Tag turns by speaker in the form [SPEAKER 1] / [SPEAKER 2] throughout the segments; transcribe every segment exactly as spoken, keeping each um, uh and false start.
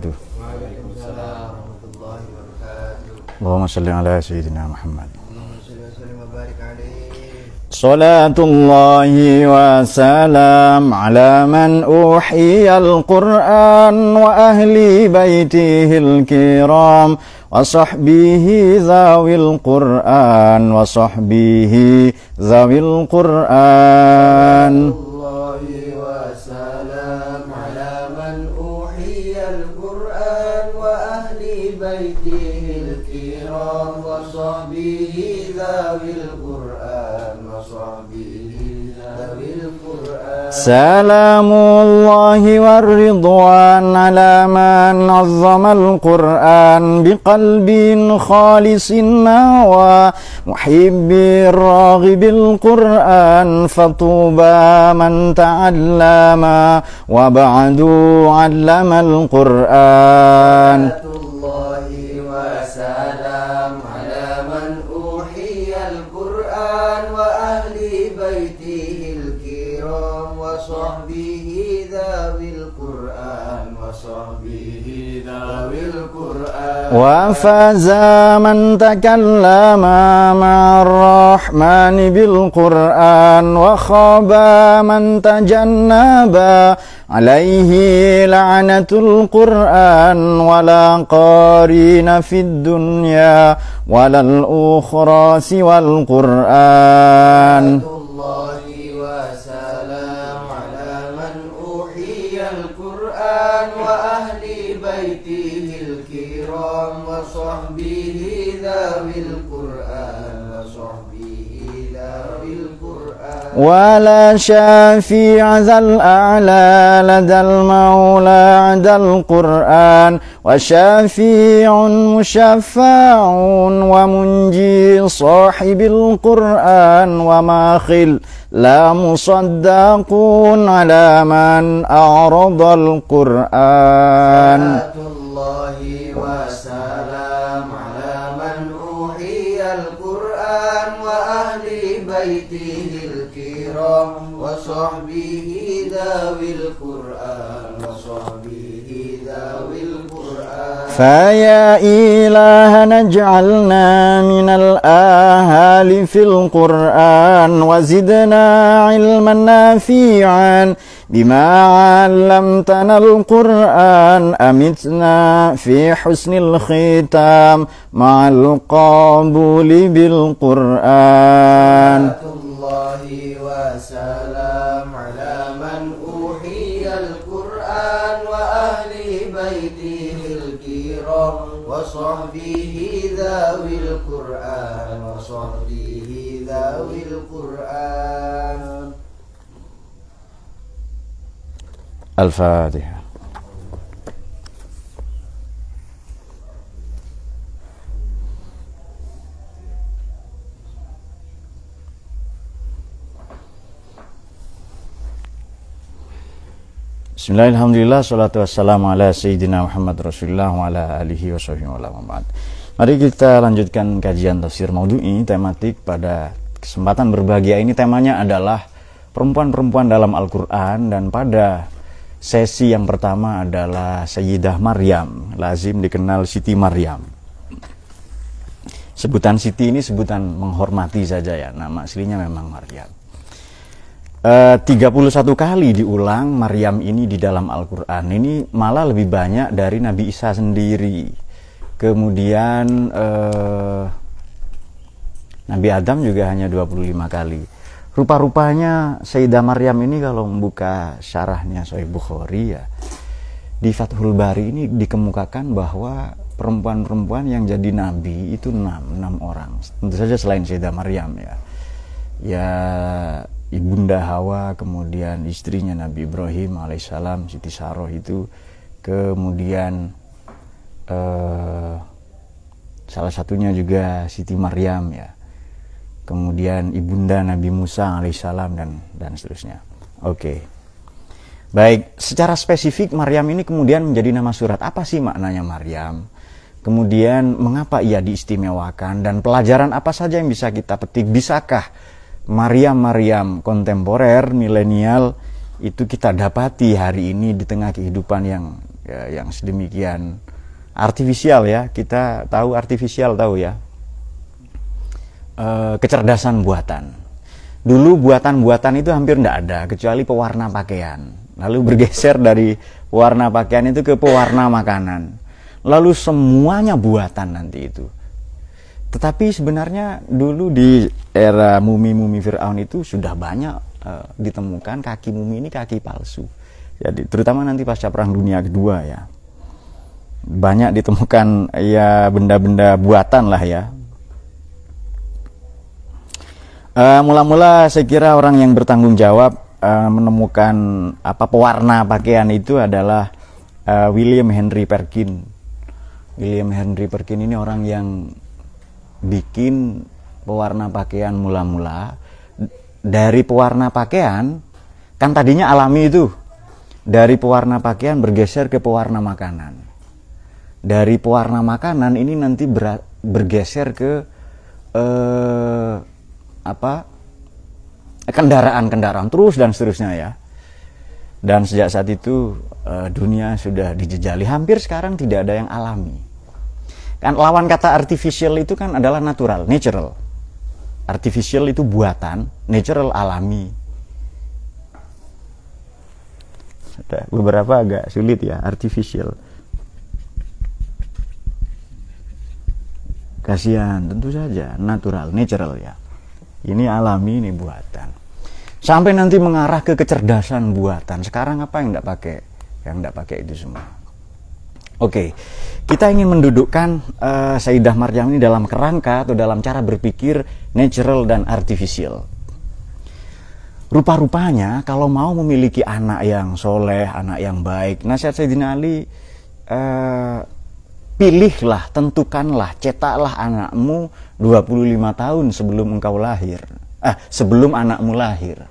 [SPEAKER 1] wabarakatuh.
[SPEAKER 2] Waalaikumsalam warahmatullahi wabarakatuh.
[SPEAKER 1] Allahumma shalli ala sayyidina Muhammad.
[SPEAKER 2] Allahumma shalli wa sallim wa barik alaihi.
[SPEAKER 1] Salatullahi wa salam ala man uhiyal Qur'an wa ahli baitihil kiram wa sahbihi zawil Qur'an wa sahbihi zawil Qur'an.
[SPEAKER 2] Allahi wa salam ala man uhiyal Qur'an wa ahli baitihil kiram wa sahbihi zawil Qur'an wa sahbihi zawil Qur'an.
[SPEAKER 1] Salamullahi warridwan ala man azzamal Qur'an biqalbin khalisin nawa muhibbir raghibil Qur'an fatuba man ta'allama wa ba'du 'allamal Qur'an.
[SPEAKER 2] Salatullahi wa salam ala man uhiyal Qur'an wa ahli baitihil kiram wa sahbihi dhawil Qur'an wa sahbihi dhawil Qur'an.
[SPEAKER 1] Wa faza man takallama ma'ar rahmani bil Qur'an wa khaba man tajannaba alaihi la'natul Qur'an wala qarina fid dunya walal ukhra siwal Qur'an.
[SPEAKER 2] Salatullahi wa salam ala man uhiyal Qur'an wa ahli baitihil kiram wa sahbihi dhawil Qur'an wa sahbihi dhawil Qur'an.
[SPEAKER 1] ولا شافيع ذا الأعلى لدى المولى عدا القرآن وشافيع مشفع ومنجي صاحب القرآن وماخل لا مصدقون على من أعرض القرآن.
[SPEAKER 2] Salatullahi wa salam ala man uhiyal Qur'an wa ahli baitihil kiram wa sahbihi dhawil Qur'an wa sahbihi dhawil Qur'an.
[SPEAKER 1] فيا إلهنا اجعلنا من الآهال في القرآن وزدنا علما نافعا بما علمتنا القرآن أمتنا في حسن الختام مع القبول بالقرآن.
[SPEAKER 2] Salatullahi wa salam ala man uhiyal Qur'an wa ahli baitihil kiram wa sahbihi dhawil Qur'an wa sahbihi dhawil Qur'an.
[SPEAKER 1] Al-Fatihah. Bismillahirrahmanirrahim. Salatu wassalamu ala sayyidina Muhammad Rasulullah wa ala alihi wa sahbihi wa ba'd. Mari kita lanjutkan kajian tafsir maudhu'i tematik pada kesempatan berbahagia ini. Temanya adalah perempuan-perempuan dalam Al-Quran, dan pada sesi yang pertama adalah Sayyidah Maryam, lazim dikenal Siti Maryam. Sebutan Siti ini sebutan menghormati saja ya, nama aslinya memang Maryam. Uh, tiga puluh satu kali diulang Maryam ini di dalam Al-Quran. Ini malah lebih banyak dari Nabi Isa sendiri. Kemudian uh, Nabi Adam juga hanya dua puluh lima kali. Rupa-rupanya Sayyidah Maryam ini kalau membuka syarahnya Sahih Bukhari ya, di Fathul Bari ini dikemukakan bahwa perempuan-perempuan yang jadi nabi itu enam, enam orang. Tentu saja selain Sayyidah Maryam ya. Ya Ibunda Hawa, kemudian istrinya Nabi Ibrahim alaihissalam, Siti Saroh itu, kemudian eh, salah satunya juga Siti Maryam ya, kemudian Ibunda Nabi Musa alaihissalam, dan dan seterusnya. Oke, baik, secara spesifik Maryam ini kemudian menjadi nama surat. Apa sih maknanya Maryam? Kemudian mengapa ia diistimewakan, dan pelajaran apa saja yang bisa kita petik? Bisakah Maryam-Maryam kontemporer, milenial itu kita dapati hari ini di tengah kehidupan yang ya, yang sedemikian artifisial ya. Kita tahu artifisial, tahu ya, e, kecerdasan buatan. Dulu buatan-buatan itu hampir tidak ada kecuali pewarna pakaian, lalu bergeser dari pewarna pakaian itu ke pewarna makanan, lalu semuanya buatan nanti itu. Tetapi sebenarnya dulu di era mumi-mumi Fir'aun itu sudah banyak e, ditemukan kaki mumi ini kaki palsu. Jadi terutama nanti pasca Perang Dunia Kedua ya, banyak ditemukan ya benda-benda buatan lah ya. Uh, mula-mula saya kira orang yang bertanggung jawab uh, menemukan apa pewarna pakaian itu adalah uh, William Henry Perkin. William Henry Perkin ini orang yang bikin pewarna pakaian mula-mula. Dari pewarna pakaian, kan tadinya alami itu, dari pewarna pakaian bergeser ke pewarna makanan. Dari pewarna makanan ini nanti ber, bergeser ke eh, apa kendaraan-kendaraan terus dan seterusnya ya. Dan sejak saat itu eh, dunia sudah dijejali. Hampir sekarang tidak ada yang alami. Kan lawan kata artificial itu kan adalah natural, natural. Artificial itu buatan, natural alami. Beberapa agak sulit ya, artificial. Kasihan, tentu saja natural, natural ya. Ini alami, ini buatan. Sampai nanti mengarah ke kecerdasan buatan. Sekarang apa yang tidak pakai? Yang tidak pakai itu semua. Oke, kita ingin mendudukkan uh, Sayyidah Maryam ini dalam kerangka atau dalam cara berpikir natural dan artificial. Rupa-rupanya kalau mau memiliki anak yang soleh, anak yang baik, nasihat Sayyidina Ali, uh, pilihlah, tentukanlah, cetaklah anakmu dua puluh lima tahun sebelum engkau lahir. Ah, sebelum anakmu lahir.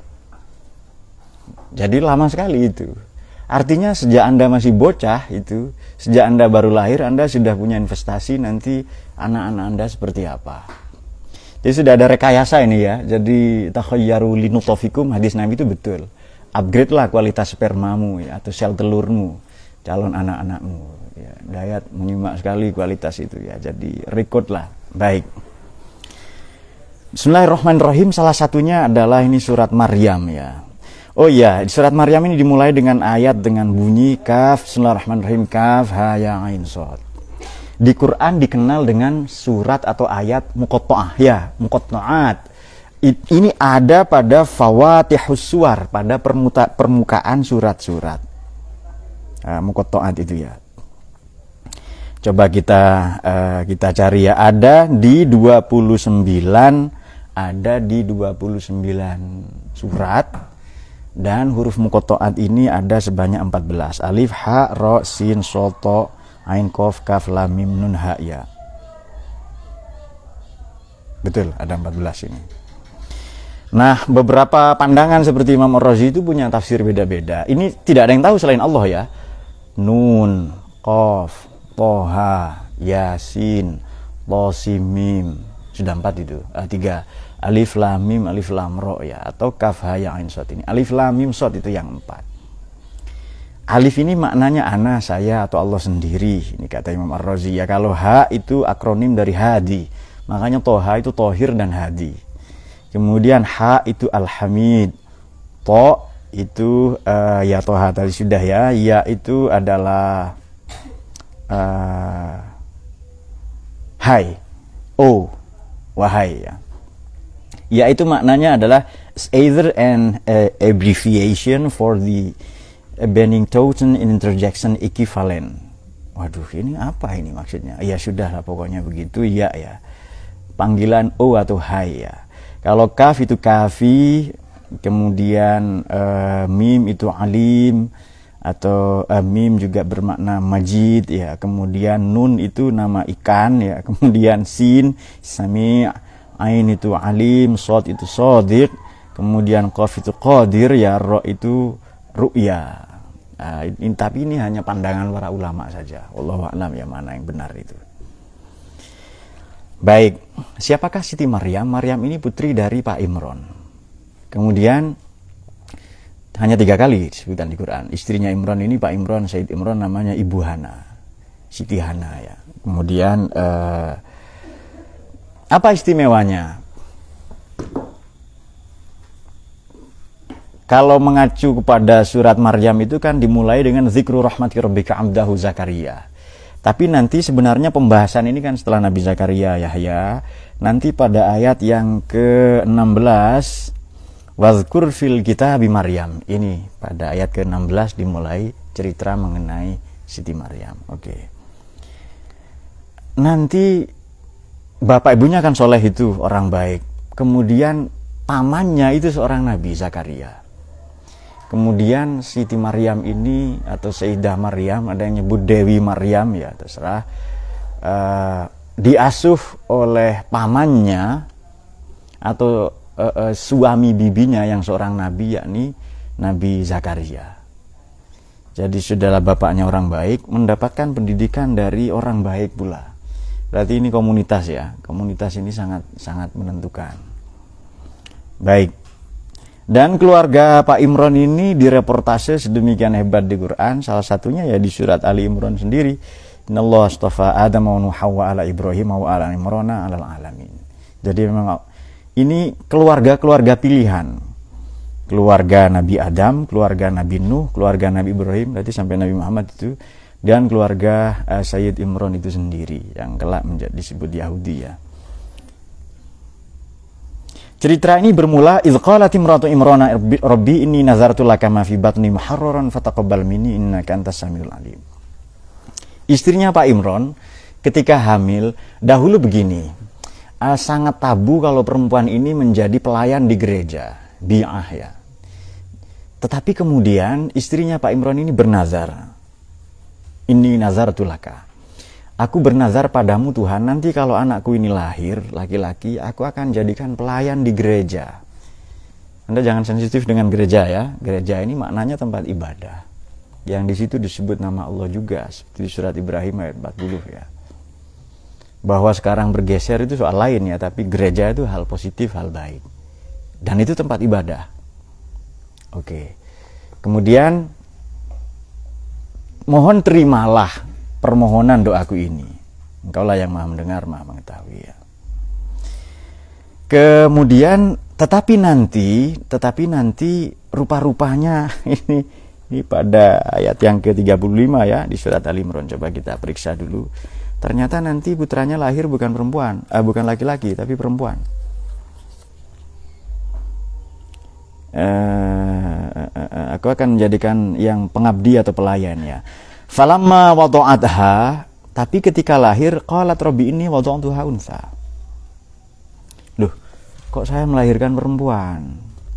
[SPEAKER 1] Jadi lama sekali itu. Artinya sejak Anda masih bocah itu, sejak Anda baru lahir, Anda sudah punya investasi nanti anak-anak Anda seperti apa. Jadi sudah ada rekayasa ini ya. Jadi takhayyaru linutofikum, hadis Nabi itu betul. Upgrade lah kualitas spermamu ya, atau sel telurmu, calon anak-anakmu. Ya, Dayat menyimak sekali kualitas itu ya. Jadi record lah. Baik. Bismillahirrahmanirrahim. Salah satunya adalah ini surat Maryam ya. Oh iya, surat Maryam ini dimulai dengan ayat dengan bunyi kaf. Bismillahirrahmanirrahim. Kaf ha ya ain shad. Di Quran dikenal dengan surat atau ayat muqatta'ah ya, muqatta'at. Ini ada pada fawatihus suwar, pada permuta, permukaan surat-surat. Nah, muqatta'at itu ya. Coba kita uh, kita cari ya, ada di dua puluh sembilan, ada di dua puluh sembilan surat, dan huruf muqatta'at ini ada sebanyak empat belas. Alif, ha, ro, sin, shad, ta, ain, qaf, kaf, lam, mim, nun, ha, ya. Betul, ada empat belas ini. Nah, beberapa pandangan seperti Imam Ar-Razi itu punya tafsir beda-beda. Ini tidak ada yang tahu selain Allah ya. Nun, qaf, Toha, Yasin, Tosim, Mim. Sudah empat itu. Ah, tiga. Alif, Lam, Mim, Alif, Lam, Ro ya. Atau Kaf, Ha, Ya, Ain, Shad ini. Alif, Lam, Mim, Shad itu yang empat. Alif ini maknanya ana, saya, atau Allah sendiri. Ini kata Imam Ar-Razi ya. Kalau Ha itu akronim dari Hadi. Makanya Toha itu Tohir dan Hadi. Kemudian Ha itu Al-Hamid. To itu uh, ya Toha tadi sudah ya. Ya itu adalah Uh, hai, oh, wahai ya. Ya itu maknanya adalah either an uh, abbreviation for the Bennington interjection equivalent. Waduh, ini apa ini maksudnya? Ya sudah lah pokoknya begitu ya ya. Panggilan oh atau hai ya. Kalau kaf itu kafi, kemudian uh, mim itu alim, atau uh, mim juga bermakna majid ya, kemudian nun itu nama ikan ya, kemudian sin sami, ain itu alim, shad itu shadiq, kemudian qaf itu qadir ya, ro itu ru'ya. Nah, ini, tapi ini hanya pandangan para ulama saja. Wallahu a'lam ya mana yang benar itu. Baik, siapakah Siti Maryam? Maryam ini putri dari Pak Imron. Kemudian hanya tiga kali disebutkan di Quran. Istrinya Imran ini, Pak Imran, Said Imran, namanya Ibu Hana, Siti Hana ya. Kemudian eh, apa istimewanya? Kalau mengacu kepada surat Maryam itu kan dimulai dengan zikru rahmati rabbika abdahu Zakaria. Tapi nanti sebenarnya pembahasan ini kan setelah Nabi Zakaria Yahya, nanti pada ayat yang ke enam belas, wazkur fil kitabi Maryam. Ini pada ayat ke enam belas dimulai cerita mengenai Siti Maryam. Oke. Nanti bapak ibunya kan soleh, itu orang baik. Kemudian pamannya itu seorang Nabi Zakaria. Kemudian Siti Maryam ini atau Sayyidah Maryam, ada yang nyebut Dewi Maryam ya terserah, uh, diasuh oleh pamannya atau uh, uh, suami bibinya yang seorang nabi, yakni Nabi Zakaria. Jadi sudahlah bapaknya orang baik, mendapatkan pendidikan dari orang baik pula. Berarti ini komunitas ya, komunitas ini sangat sangat menentukan. Baik. Dan keluarga Pak Imran ini direportase sedemikian hebat di Quran, salah satunya ya di surat Ali Imran sendiri. Innallaha astafa Adam wa Nuh wa ala Ibrahim wa ala Imran alal alamin. Jadi memang ini keluarga-keluarga pilihan. Keluarga Nabi Adam, keluarga Nabi Nuh, keluarga Nabi Ibrahim, berarti sampai Nabi Muhammad itu, dan keluarga uh, Sayyid Imran itu sendiri yang kelak menjadi disebut Yahudi ya. Cerita ini bermula idz qalat imratu Imrana rabbi inni nazartu laka ma fi batni muharraran fataqabbal minni innaka antas samiul alim. Istrinya Pak Imran ketika hamil dahulu begini, uh, sangat tabu kalau perempuan ini menjadi pelayan di gereja, bi'ah ya. Tetapi kemudian istrinya Pak Imran ini bernazar, inni nazartu laka, aku bernazar padamu Tuhan, nanti kalau anakku ini lahir laki-laki, aku akan jadikan pelayan di gereja. Anda jangan sensitif dengan gereja ya. Gereja ini maknanya tempat ibadah. Yang di situ disebut nama Allah juga, seperti surat Ibrahim ayat empat puluh ya. Bahwa sekarang bergeser itu soal lain ya, tapi gereja itu hal positif, hal baik. Dan itu tempat ibadah. Oke. Kemudian mohon terimalah permohonan doaku ini. Engkaulah yang maha mendengar, maha mengetahui ya. Kemudian tetapi nanti, tetapi nanti rupa-rupanya ini, ini pada ayat yang ke tiga puluh lima ya di surat Ali Imran, coba kita periksa dulu. Ternyata nanti putranya lahir bukan perempuan, eh, bukan laki-laki tapi perempuan. Eh, eh, eh, aku akan menjadikan yang pengabdi atau pelayan ya. Falamma wada'atha, tapi ketika lahir qalat rabbi inni wada'tuha unsa. Loh, kok saya melahirkan perempuan?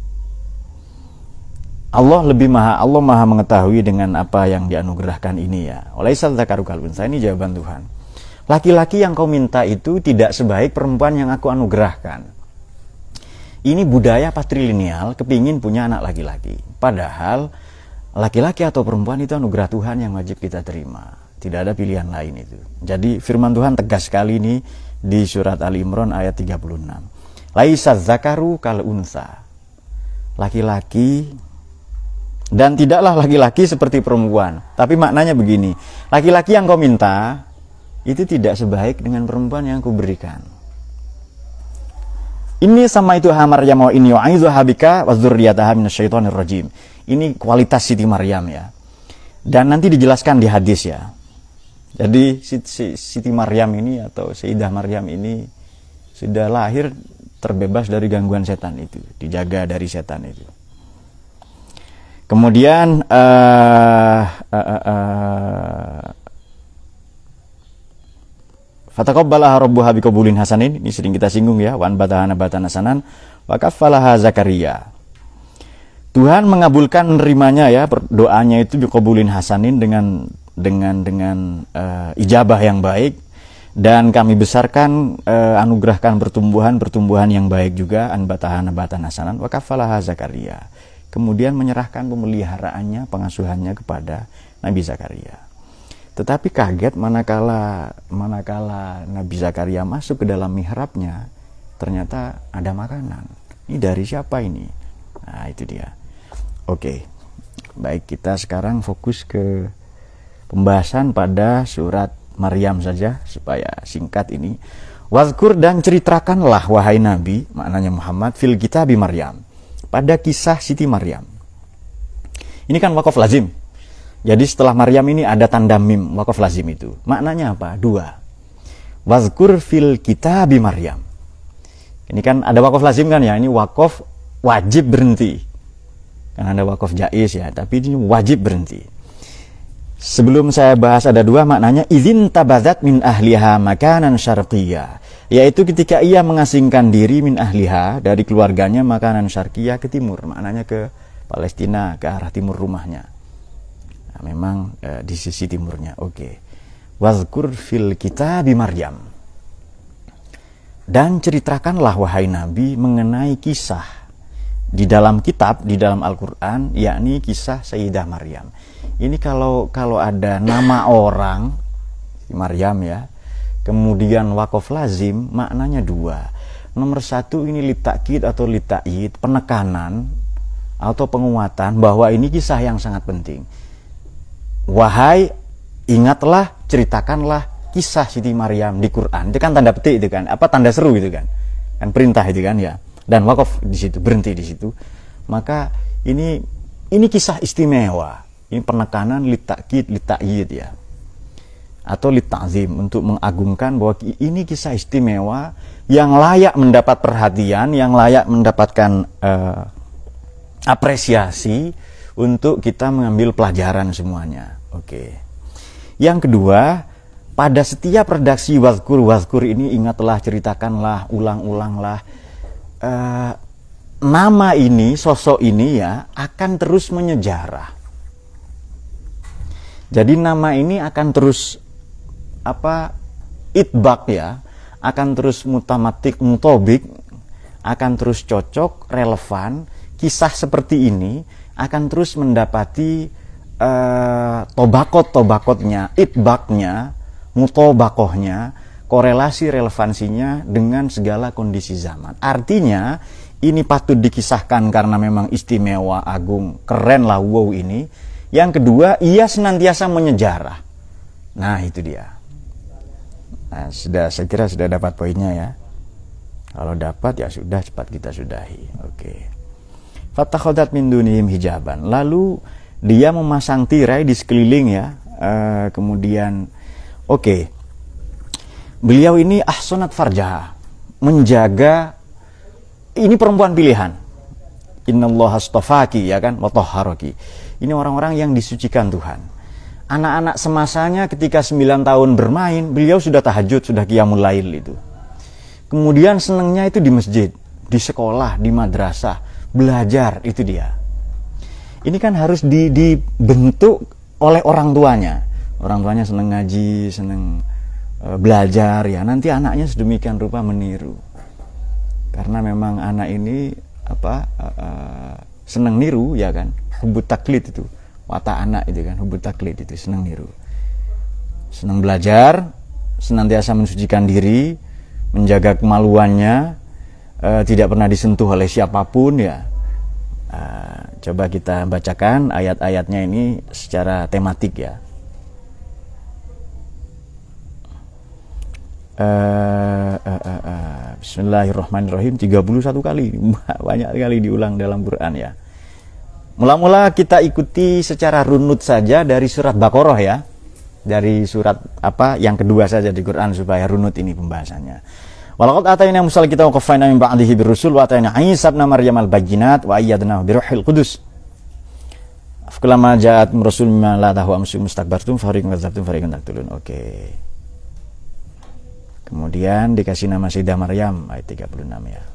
[SPEAKER 1] Allah lebih maha, Allah maha mengetahui dengan apa yang dianugerahkan ini ya. Walaisal dzakaru kal unsa, ini jawaban Tuhan. Laki-laki yang kau minta itu tidak sebaik perempuan yang aku anugerahkan. Ini budaya patrilineal, kepingin punya anak laki-laki. Padahal laki-laki atau perempuan itu anugerah Tuhan yang wajib kita terima. Tidak ada pilihan lain itu. Jadi firman Tuhan tegas sekali ini di surat Ali Imran ayat tiga puluh enam. Laisa zakaru kal unsa. Laki-laki dan tidaklah laki-laki seperti perempuan. Tapi maknanya begini, laki-laki yang kau minta itu tidak sebaik dengan perempuan yang kuberikan. Ini sama itu ha Maryam wa inni u'idzuha bika wa dzurriyyataha minasyaitonir rajim. Ini kualitas Siti Maryam ya. Dan nanti dijelaskan di hadis ya. Jadi Siti Maryam ini atau Sayyidah Maryam ini sudah lahir terbebas dari gangguan setan itu, dijaga dari setan itu. Kemudian uh, uh, uh, uh, fataqabbalaha rabbuha biqabulin hasanin, ini sering kita singgung ya, wan batahana batan hasanan wa kaffalaha Zakaria. Tuhan mengabulkan menerimanya ya, doanya itu biqabulin hasanin dengan dengan dengan uh, ijabah yang baik, dan kami besarkan uh, anugerahkan pertumbuhan-pertumbuhan yang baik juga, an batahana batan hasanan wa kaffalaha Zakaria. Kemudian menyerahkan pemeliharaannya, pengasuhannya kepada Nabi Zakaria. Tetapi kaget manakala manakala Nabi Zakaria masuk ke dalam mihrabnya, ternyata ada makanan. Ini dari siapa ini? Nah, itu dia. Oke, baik, kita sekarang fokus ke pembahasan pada surat Maryam saja supaya singkat ini. Wazkur dan ceritakanlah wahai Nabi, maknanya Muhammad, fil kitabi Maryam, pada kisah Siti Maryam. Ini kan waqaf lazim. Jadi setelah Maryam ini ada tanda mim, waqaf lazim itu. Maknanya apa? Dua. Wazkur fil kitabi Maryam. Ini kan ada waqaf lazim kan ya, ini waqaf wajib berhenti. Kan ada waqaf jaiz ya, tapi ini wajib berhenti. Sebelum saya bahas ada dua maknanya, idzin tabadat min ahliha makanan syarqiyya, yaitu ketika ia mengasingkan diri min ahliha dari keluarganya makanan syarqiyya ke timur, maknanya ke Palestina, ke arah timur rumahnya. Nah, memang eh, di sisi timurnya. Oke. Wazkur fil kitabi Maryam. Dan ceritakanlah wahai Nabi mengenai kisah di dalam kitab, di dalam Al-Quran, yakni kisah Sayyidah Maryam. Ini kalau kalau ada nama orang Maryam ya, kemudian waqaf lazim, maknanya dua. Nomor satu ini litakid atau lita'id, penekanan atau penguatan bahwa ini kisah yang sangat penting. Wahai, ingatlah, ceritakanlah kisah Siti Maryam di Quran. Itu kan tanda petik itu kan, apa tanda seru itu kan, kan perintah itu kan ya. Dan waqaf di situ, berhenti di situ. Maka ini ini kisah istimewa. Ini penekanan litakid, lita'yid ya. Atau lita'zim, untuk mengagungkan bahwa ini kisah istimewa yang layak mendapat perhatian, yang layak mendapatkan uh, apresiasi untuk kita mengambil pelajaran semuanya. Oke. Yang kedua, pada setiap redaksi wazkur wazkur ini ingatlah, ceritakanlah, ulang-ulanglah. Uh, nama ini, sosok ini ya akan terus menyejarah. Jadi nama ini akan terus apa itbak ya, akan terus mutamatik, mutobik, akan terus cocok, relevan. Kisah seperti ini akan terus mendapati uh, tobakot-tobakotnya, itbaknya, mutobakohnya, korelasi relevansinya dengan segala kondisi zaman. Artinya ini patut dikisahkan karena memang istimewa, agung, keren lah wow ini. Yang kedua, ia senantiasa menyejarah. Nah itu dia. Nah, sudah, saya kira sudah dapat poinnya ya. Kalau dapat ya sudah, cepat kita sudahi. Oke. Fatakhadat min dunihim hijaban. Lalu dia memasang tirai di sekeliling ya. Uh, kemudian, oke. Okay. Beliau ini ahsanat farjaha, menjaga, ini perempuan pilihan. Innallaha astafaki ya kan, wa tahharaki. Ini orang-orang yang disucikan Tuhan. Anak-anak semasanya ketika sembilan tahun bermain, beliau sudah tahajud, sudah qiyamul lail itu. Kemudian senangnya itu di masjid, di sekolah, di madrasah, belajar, itu dia. Ini kan harus di, dibentuk oleh orang tuanya. Orang tuanya senang ngaji, senang belajar ya, nanti anaknya sedemikian rupa meniru, karena memang anak ini apa uh, uh, senang niru ya kan, hubut taklid itu watak anak itu kan, hubut taklid itu senang niru, senang belajar, senantiasa mensucikan diri, menjaga kemaluannya, uh, tidak pernah disentuh oleh siapapun ya. Uh, coba kita bacakan ayat-ayatnya ini secara tematik ya. Uh, uh, uh, uh. Bismillahirrahmanirrahim, tiga puluh satu kali, banyak kali diulang dalam Quran ya. Mula-mula kita ikuti secara runut saja dari surat Baqarah ya, dari surat apa yang kedua saja di Quran supaya runut ini pembahasannya. Walaqad atayna Musal kita wa qaffayna min ba'dihi birrusul wa atayna Isa ibn Maryam al-bayyinat wa ayyadnahu biruhil qudus. Afkalama ja'at rasul mimma la tahu amsu mustakbartum fariqun kadzabtum fariqun taqtulun. Oke. Okay. Kemudian dikasih nama Sayyidah Maryam ayat tiga puluh enam ya.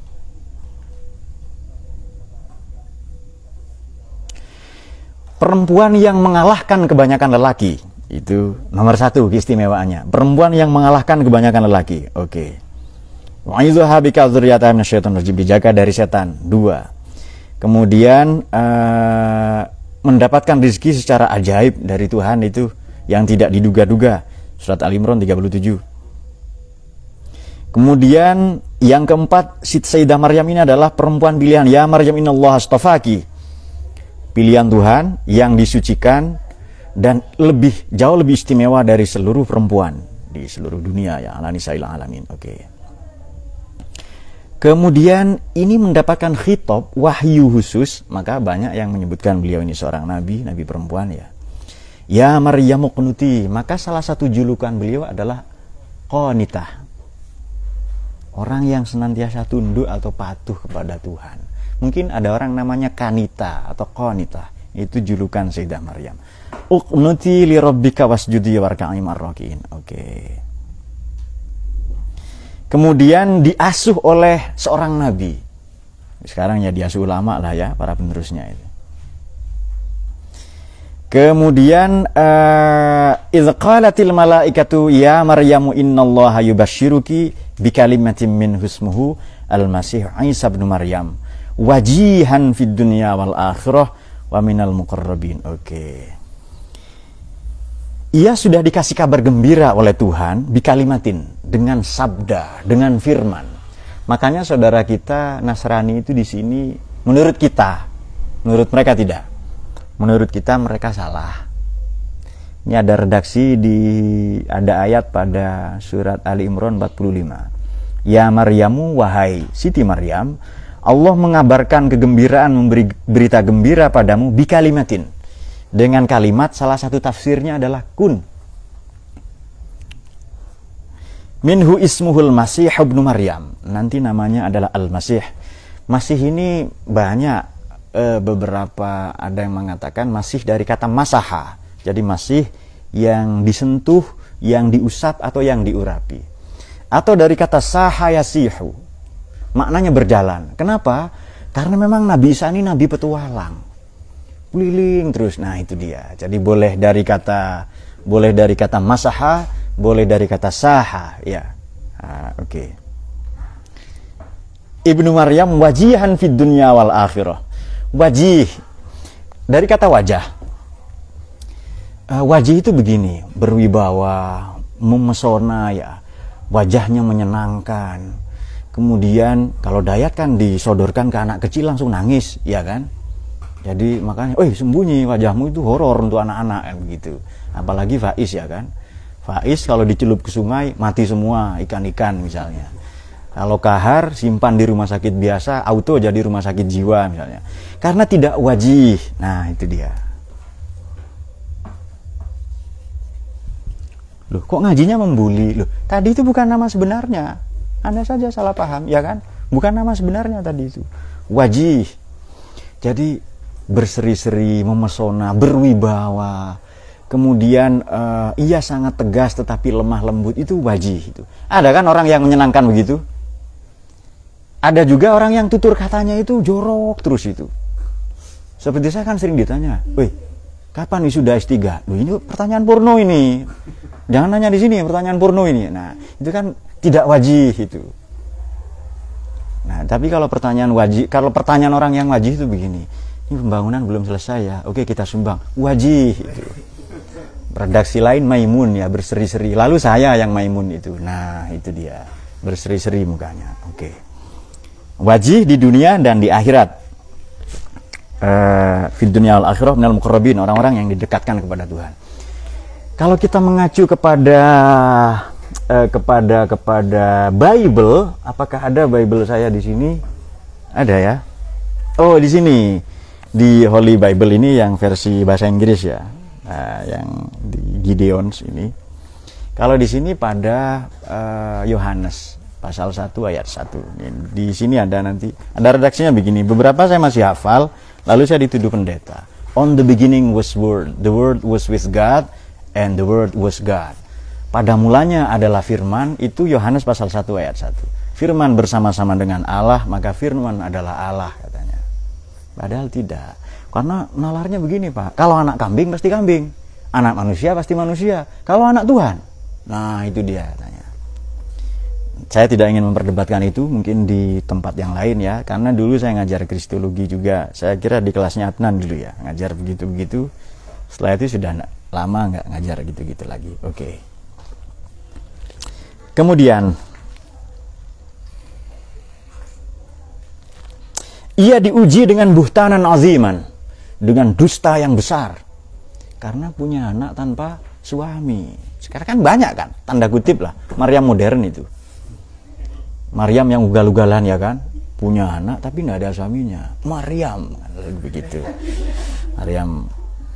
[SPEAKER 1] Perempuan yang mengalahkan kebanyakan lelaki, itu nomor satu keistimewaannya. Perempuan yang mengalahkan kebanyakan lelaki. Oke. Wa'idzuha bika dzurriyyataha minasyaitonir rajim, dijaga dari setan. Dua. Kemudian uh, mendapatkan rezeki secara ajaib dari Tuhan itu yang tidak diduga-duga. Surat Al-Imran tiga puluh tujuh. Kemudian yang keempat, Sayyidah Maryam ini adalah perempuan pilihan. Ya Maryam innallaha astafaki. pilihan Tuhan yang disucikan dan lebih jauh lebih istimewa dari seluruh perempuan di seluruh dunia ya, ala nisa'il alamin. Oke. Kemudian ini mendapatkan khitab wahyu khusus, maka banyak yang menyebutkan beliau ini seorang nabi, nabi perempuan ya. Ya Maryam qunuti, maka salah satu julukan beliau adalah qanitah. Orang yang senantiasa tunduk atau patuh kepada Tuhan. Mungkin ada orang namanya kanita atau qanitah. Itu julukan Sayyidah Maryam. Uqnuti li rabbika wasjudi warka'i marrakiin. Oke. Kemudian diasuh oleh seorang nabi. Sekarang ya diasuh ulama lah ya, para penerusnya itu. Kemudian uh, idz qalatil malaikatu ya Maryamu innallaha yubashshiruki bikalimatin min husmuhu al-masih Isa bin Maryam wajihan fid dunya wal akhirah wa minal muqarrabin. Oke. Ia sudah dikasih kabar gembira oleh Tuhan bikalimatin, dengan sabda, dengan firman. Makanya saudara kita Nasrani itu di sini menurut kita, menurut mereka tidak. Menurut kita mereka salah. Ini ada redaksi di ada ayat pada surat Ali Imran empat puluh lima. Ya Maryamu, wahai Siti Maryam, Allah mengabarkan kegembiraan, memberi berita gembira padamu bikalimatin. Dengan kalimat, salah satu tafsirnya adalah kun. Minhu ismuhul Masih ibnu Maryam. Nanti namanya adalah Al-Masih. Masih ini banyak E, beberapa ada yang mengatakan masih dari kata masaha, jadi masih yang disentuh, yang diusap atau yang diurapi, atau dari kata sahayasihu, maknanya berjalan. Kenapa? Karena memang Nabi Isa ini nabi petualang, keliling terus. Nah itu dia. Jadi boleh dari kata boleh dari kata masaha, boleh dari kata saha, ya. Nah, oke. Okay. Ibnu Maryam wajihan fid dunya wal akhirah. Wajih dari kata wajah. Uh, wajih itu begini, berwibawa, memesona ya, wajahnya menyenangkan. Kemudian kalau Dayat kan disodorkan ke anak kecil langsung nangis, ya kan? Jadi makanya, oh sembunyi wajahmu itu horor untuk anak-anak kan begitu. Apalagi Faiz ya kan? Faiz kalau dicelup ke sungai mati semua ikan-ikan misalnya. Kalau kahar simpan di rumah sakit biasa, auto jadi rumah sakit jiwa misalnya. Karena tidak wajih. Nah, itu dia. Loh, kok ngajinya membuli? Loh, tadi itu bukan nama sebenarnya. Anda saja salah paham, ya kan? Bukan nama sebenarnya tadi itu. Wajih. Jadi berseri-seri, memesona, berwibawa. Kemudian uh, ia sangat tegas tetapi lemah lembut, itu wajih itu. Ada kan orang yang menyenangkan begitu? Ada juga orang yang tutur katanya itu jorok terus itu. Seperti saya kan sering ditanya, "Woi, kapan wisuda S tiga?" Loh, ini pertanyaan porno ini. Jangan nanya di sini, pertanyaan porno ini. Nah, itu kan tidak wajih itu. Nah, tapi kalau pertanyaan wajih, kalau pertanyaan orang yang wajih itu begini, "Ini pembangunan belum selesai ya. Oke, kita sumbang." Wajih itu. Redaksi lain Maimun ya, berseri-seri. Lalu saya yang Maimun itu. Nah, itu dia. Berseri-seri mukanya. Oke. Wajih di dunia dan di akhirat. Uh, fid dunya wal akhirah minal muqarrabin, orang-orang yang didekatkan kepada Tuhan. Kalau kita mengacu kepada uh, kepada kepada Bible, apakah ada Bible saya di sini? Ada ya? Oh, di sini di Holy Bible ini yang versi bahasa Inggris ya. Uh, yang di Gideons ini. Kalau di sini pada Yohanes uh, pasal satu ayat satu. Di sini ada nanti ada redaksinya begini. Beberapa saya masih hafal, lalu saya dituduh pendeta. On the beginning was word, the word was with God and the word was God. Pada mulanya adalah firman, itu Yohanes pasal satu ayat satu. Firman bersama-sama dengan Allah, maka firman adalah Allah katanya. Padahal tidak. Karena nalarnya begini, Pak. Kalau anak kambing pasti kambing. Anak manusia pasti manusia. Kalau anak Tuhan. Nah, itu dia katanya. Saya tidak ingin memperdebatkan itu, mungkin di tempat yang lain ya. Karena dulu saya ngajar kristologi juga. Saya kira di kelasnya Adnan dulu ya. Ngajar begitu-begitu. Setelah itu sudah lama nggak ngajar gitu-gitu lagi. Oke. Okay. Kemudian ia diuji dengan buhtanan aziman, dengan dusta yang besar karena punya anak tanpa suami. Sekarang kan banyak kan, tanda kutip lah, Maryam modern itu. Maryam yang ugal-ugalan ya kan, punya anak tapi nggak ada suaminya. Maryam begitu. Maryam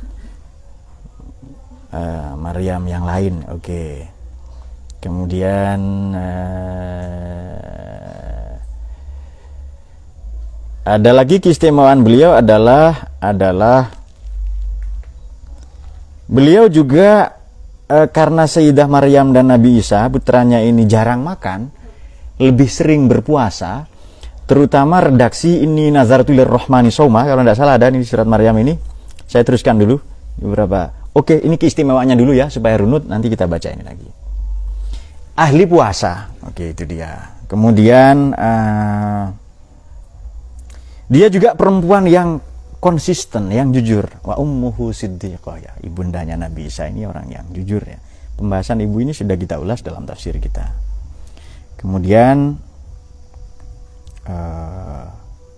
[SPEAKER 1] uh, Maryam yang lain, oke. Okay. Kemudian uh, ada lagi keistimewaan beliau adalah adalah beliau juga uh, karena Sayyidah Maryam dan Nabi Isa putranya ini jarang makan, lebih sering berpuasa, terutama redaksi ini Nazartu Lirrahmani Soma, kalau tidak salah ada di surat Maryam ini. Saya teruskan dulu beberapa. Oke, ini keistimewaannya dulu ya supaya runut, nanti kita baca ini lagi. Ahli puasa, oke itu dia. Kemudian uh, dia juga perempuan yang konsisten, yang jujur. Wa ummuhu siddiqah ya, ibundanya Nabi Isa ini orang yang jujur ya. Pembahasan ibu ini sudah kita ulas dalam tafsir kita. Kemudian uh,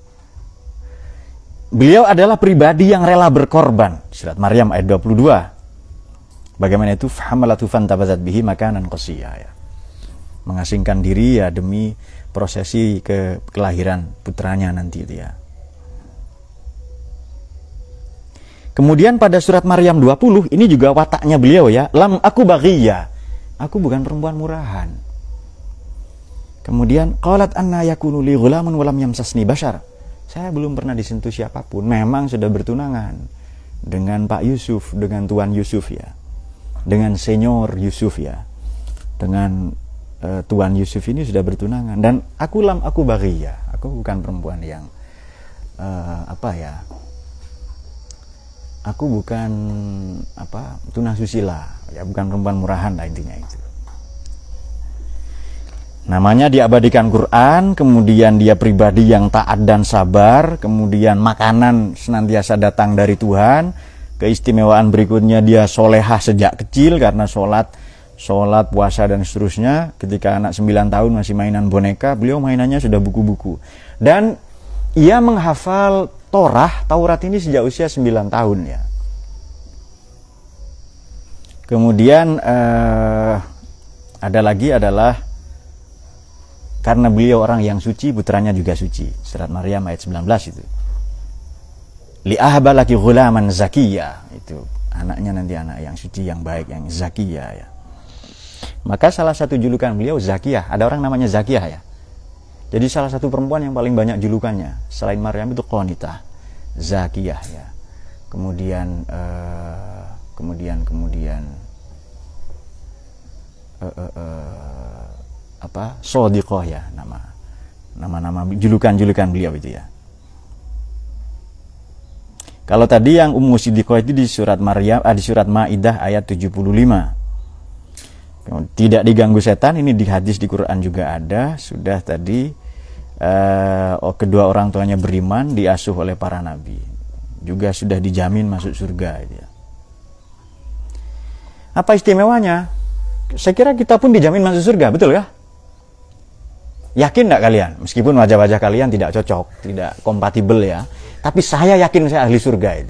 [SPEAKER 1] beliau adalah pribadi yang rela berkorban. Surat Maryam ayat dua puluh dua. Bagaimana itu? Fahamalatu fantabazat bihi makanan qasiyya ya. Mengasingkan diri ya demi prosesi ke kelahiran putranya nanti itu ya. Kemudian pada surat Maryam dua puluh ini juga wataknya beliau ya. Lam aku baghiyya. Aku bukan perempuan murahan. Kemudian qalat anna yakunu li ghulamun wa lam yamsasni bashar. Saya belum pernah disentuh siapapun. Memang sudah bertunangan dengan Pak Yusuf, dengan Tuan Yusuf ya. Dengan senior Yusuf ya. Dengan uh, Tuan Yusuf ini sudah bertunangan, dan aku lam aku baghiyya. Aku bukan perempuan yang uh, apa ya? Aku bukan apa? tunasusila. Ya, bukan perempuan murahan lah intinya itu. Namanya diabadikan Quran, kemudian dia pribadi yang taat dan sabar, kemudian makanan senantiasa datang dari Tuhan. Keistimewaan berikutnya dia solehah sejak kecil karena sholat, sholat, puasa dan seterusnya. Ketika anak sembilan tahun masih mainan boneka, beliau mainannya sudah buku-buku. Dan ia menghafal Torah, Taurat ini sejak usia sembilan tahun ya. Kemudian eh, ada lagi adalah karena beliau orang yang suci, putranya juga suci. Surat Maryam ayat sembilan belas itu. Li ahba laki ghulaman zakiyya, itu anaknya nanti anak yang suci, yang baik, yang zakiyya ya. Maka salah satu julukan beliau Zakiyah. Ada orang namanya Zakiyah ya. Jadi salah satu perempuan yang paling banyak julukannya selain Maryam itu Qanitah, Zakiyah ya. Kemudian uh, kemudian kemudian uh, uh, uh, apa? Shadiqah ya, nama nama-nama julukan-julukan beliau itu ya. Kalau tadi yang Ummu Siddiqah itu di surat Maryam, ah, di surat Maidah ayat tujuh puluh lima. Tidak diganggu setan, ini di hadis di Quran juga ada. Sudah tadi uh, oh, kedua orang tuanya beriman, diasuh oleh para nabi. Juga sudah dijamin masuk surga itu ya. Apa istimewanya? Saya kira kita pun dijamin masuk surga, betul ya? Yakin enggak kalian? Meskipun wajah-wajah kalian tidak cocok, tidak kompatibel ya. Tapi saya yakin saya ahli surga itu.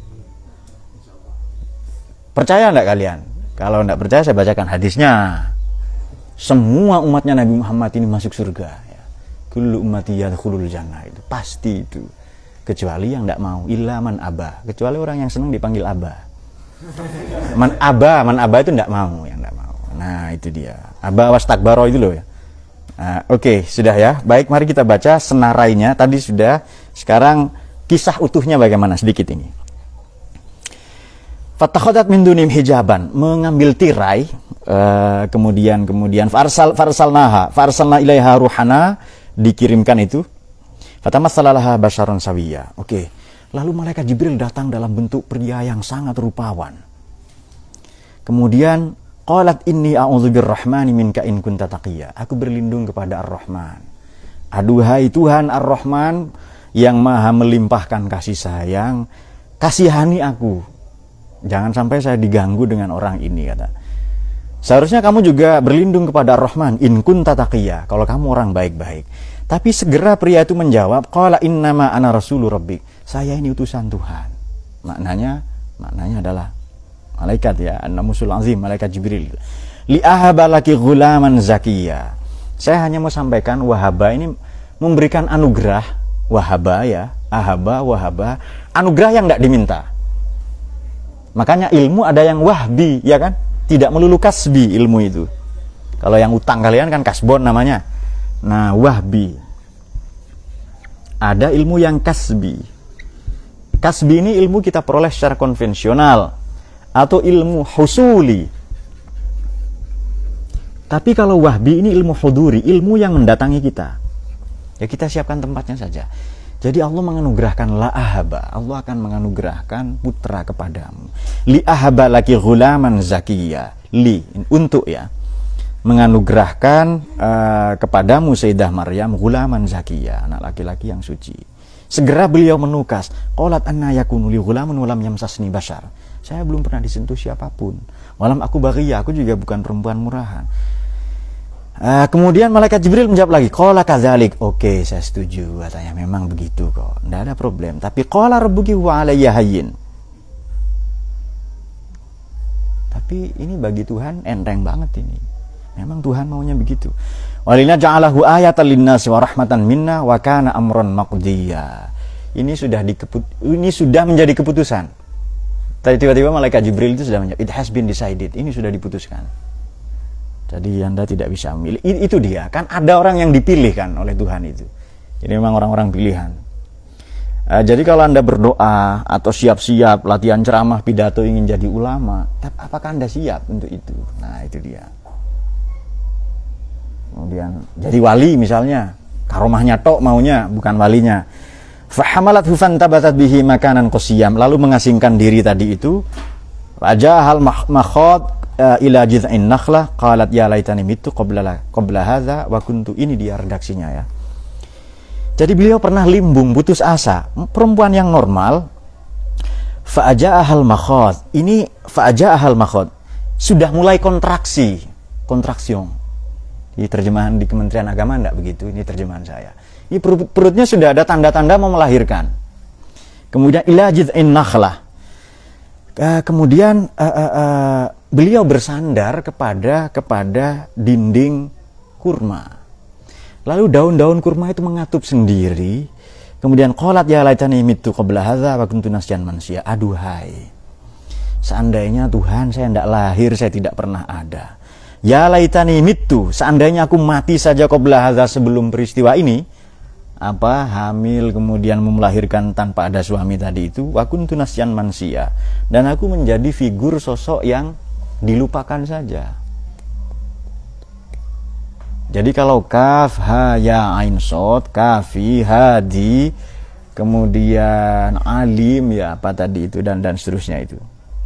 [SPEAKER 1] Percaya enggak kalian? Kalau enggak percaya saya bacakan hadisnya. Semua umatnya Nabi Muhammad ini masuk surga ya. Kullu ummati yadkhulul jannah, itu pasti itu. Kecuali yang enggak mau, illa man aba. Kecuali orang yang senang dipanggil aba. Man aba, man aba itu enggak mau, yang enggak mau. Nah, itu dia. Aba wastakbaro itu loh ya. Nah, oke, okay, sudah ya. Baik, mari kita baca senarainya. Tadi sudah. Sekarang kisah utuhnya bagaimana sedikit ini. Fatakhadat min dunim hijaban, mengambil tirai, uh, kemudian kemudian farsal farsalnaha, farsalna ilaiha ruhana, dikirimkan itu. Fatamassalaha basyarun sawiyya. Oke. Okay. Lalu malaikat Jibril datang dalam bentuk pria yang sangat rupawan. Kemudian qalat inni a'udzu birrahmani minka in kunta taqiyya. Aku berlindung kepada Ar-Rahman. Aduhai Tuhan Ar-Rahman yang maha melimpahkan kasih sayang, kasihani aku. Jangan sampai saya diganggu dengan orang ini, kata. Seharusnya kamu juga berlindung kepada Ar-Rahman, in kunta taqiyya, kalau kamu orang baik-baik. Tapi segera pria itu menjawab, qala innama ana rasulu rabbik. Saya ini utusan Tuhan. Maknanya maknanya adalah malaikat ya, an-namusul azim, malaikat Jibril. Li ahaba laki ghulaman zakiyya. Saya hanya mau sampaikan wahaba ini memberikan anugerah, wahaba ya, ahaba, wahaba, anugerah yang tidak diminta. Makanya ilmu ada yang wahbi, ya kan? Tidak melulu kasbi ilmu itu. Kalau yang utang kalian kan kasbon namanya. Nah, wahbi. Ada ilmu yang kasbi. Kasbi ini ilmu kita peroleh secara konvensional atau ilmu husuli. Tapi kalau wahbi ini ilmu huduri, ilmu yang mendatangi kita. Ya kita siapkan tempatnya saja. Jadi Allah menganugerahkan la ahaba. Allah akan menganugerahkan putra kepadamu. Li ahaba laki ghulaman zakiyya. Li, untuk ya. Menganugerahkan uh, kepadamu Sayyidah Maryam ghulaman zakiyya, anak laki-laki yang suci. Segera beliau menukas, qalat anna yakunu li ghulamun wa lam yamsasni bashar. Saya belum pernah disentuh siapapun. Walam aku baghiyah, aku juga bukan perempuan murahan. Uh, kemudian malaikat Jibril menjawab lagi, qala kadzalik. Oke, saya setuju, katanya memang begitu kok. Enggak ada problem. Tapi qala rabbuki wa alayya hayyin. Tapi ini bagi Tuhan enteng banget ini. Memang Tuhan maunya begitu. Walina ja'alahu ayatan linnasi wa rahmatan minna wa kana amron maqdiya. Ini sudah dikeput ini sudah menjadi keputusan. Tadi tiba-tiba malaikat Jibril itu sudah menjawab, it has been decided. Ini sudah diputuskan. Jadi Anda tidak bisa memilih. Itu dia, kan ada orang yang dipilih kan oleh Tuhan itu. Jadi memang orang-orang pilihan. Uh, jadi kalau Anda berdoa atau siap-siap latihan ceramah, pidato ingin jadi ulama, apakah Anda siap untuk itu? Nah, itu dia. Kemudian jadi wali misalnya, karomahnya tok maunya, bukan walinya. Fahamalat hufan tabatat bihi makanan qasiyam, lalu mengasingkan diri tadi itu. Wajahal makhad ila jiz'in nakhlah qalat ya laitani mitu qabla qabla hadza wa kuntu. Ini dia redaksinya ya. Jadi beliau pernah limbung, putus asa, perempuan yang normal. Fa'aja'ahal makhad. Ini fa'aja'ahal makhad. Sudah mulai kontraksi, kontraksiong. Di terjemahan di Kementerian Agama enggak begitu, ini terjemahan saya. Ini perut, perutnya sudah ada tanda-tanda mau melahirkan. Kemudian ila jiz'in nakhlah. Uh, kemudian uh, uh, uh, beliau bersandar kepada kepada dinding kurma. Lalu daun-daun kurma itu mengatup sendiri. Kemudian qalat ya laitani mitu qabla hadza wa kuntu nasyan mansya. Aduhai, seandainya Tuhan saya tidak lahir, saya tidak pernah ada. Ya laitani mitu, seandainya aku mati saja qabla hadza, sebelum peristiwa ini, apa hamil kemudian melahirkan tanpa ada suami tadi itu, wa kuntu nasyan mansya, dan aku menjadi figur sosok yang dilupakan saja. Jadi kalau kaf ha ya ain shad, kafi hadi, kemudian alim ya apa tadi itu dan dan seterusnya itu.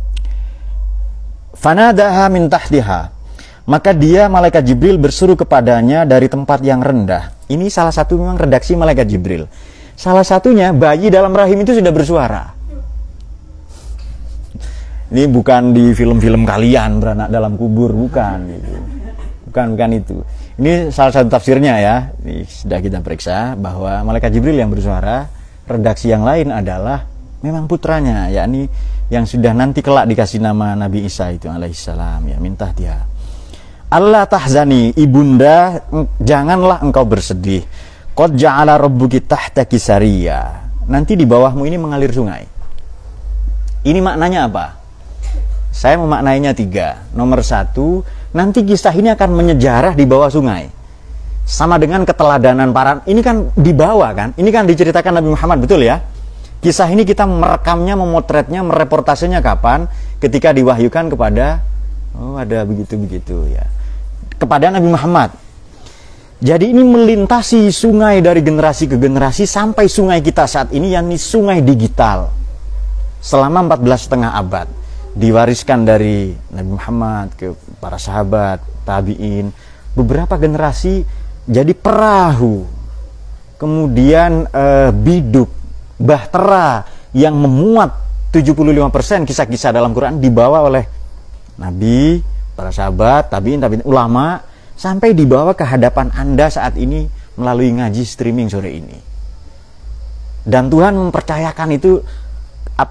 [SPEAKER 1] Fanadaha min tahtiha, maka dia malaikat Jibril berseru kepadanya dari tempat yang rendah. Ini salah satu memang redaksi malaikat Jibril. Salah satunya bayi dalam rahim itu sudah bersuara. Ini bukan di film-film kalian beranak dalam kubur, bukan gitu. Bukan bukan itu. Ini salah satu tafsirnya ya. Ini sudah kita periksa bahwa malaikat Jibril yang bersuara. Redaksi yang lain adalah memang putranya, yakni yang sudah nanti kelak dikasih nama Nabi Isa itu alaihissalam ya, minta dia. Allah tahzani, ibunda janganlah engkau bersedih. Qad ja'ala rabbuki tahtaki sariya. Nanti di bawahmu ini mengalir sungai. Ini maknanya apa? Saya memaknainya tiga. Nomor satu, nanti kisah ini akan menyejarah di bawah sungai. Sama dengan keteladanan para, ini kan di bawah kan? Ini kan diceritakan Nabi Muhammad, betul ya? Kisah ini kita merekamnya, memotretnya, mereportasenya kapan? Ketika diwahyukan kepada, oh ada begitu-begitu ya, kepada Nabi Muhammad. Jadi ini melintasi sungai dari generasi ke generasi sampai sungai kita saat ini, yakni sungai digital. Selama empat belas setengah abad. Diwariskan dari Nabi Muhammad ke para sahabat, tabi'in, beberapa generasi jadi perahu, kemudian eh, biduk, bahtera yang memuat tujuh puluh lima persen kisah-kisah dalam Quran dibawa oleh Nabi, para sahabat, tabi'in, tabi'in, ulama, sampai dibawa ke hadapan Anda saat ini melalui ngaji streaming sore ini. Dan Tuhan mempercayakan itu apa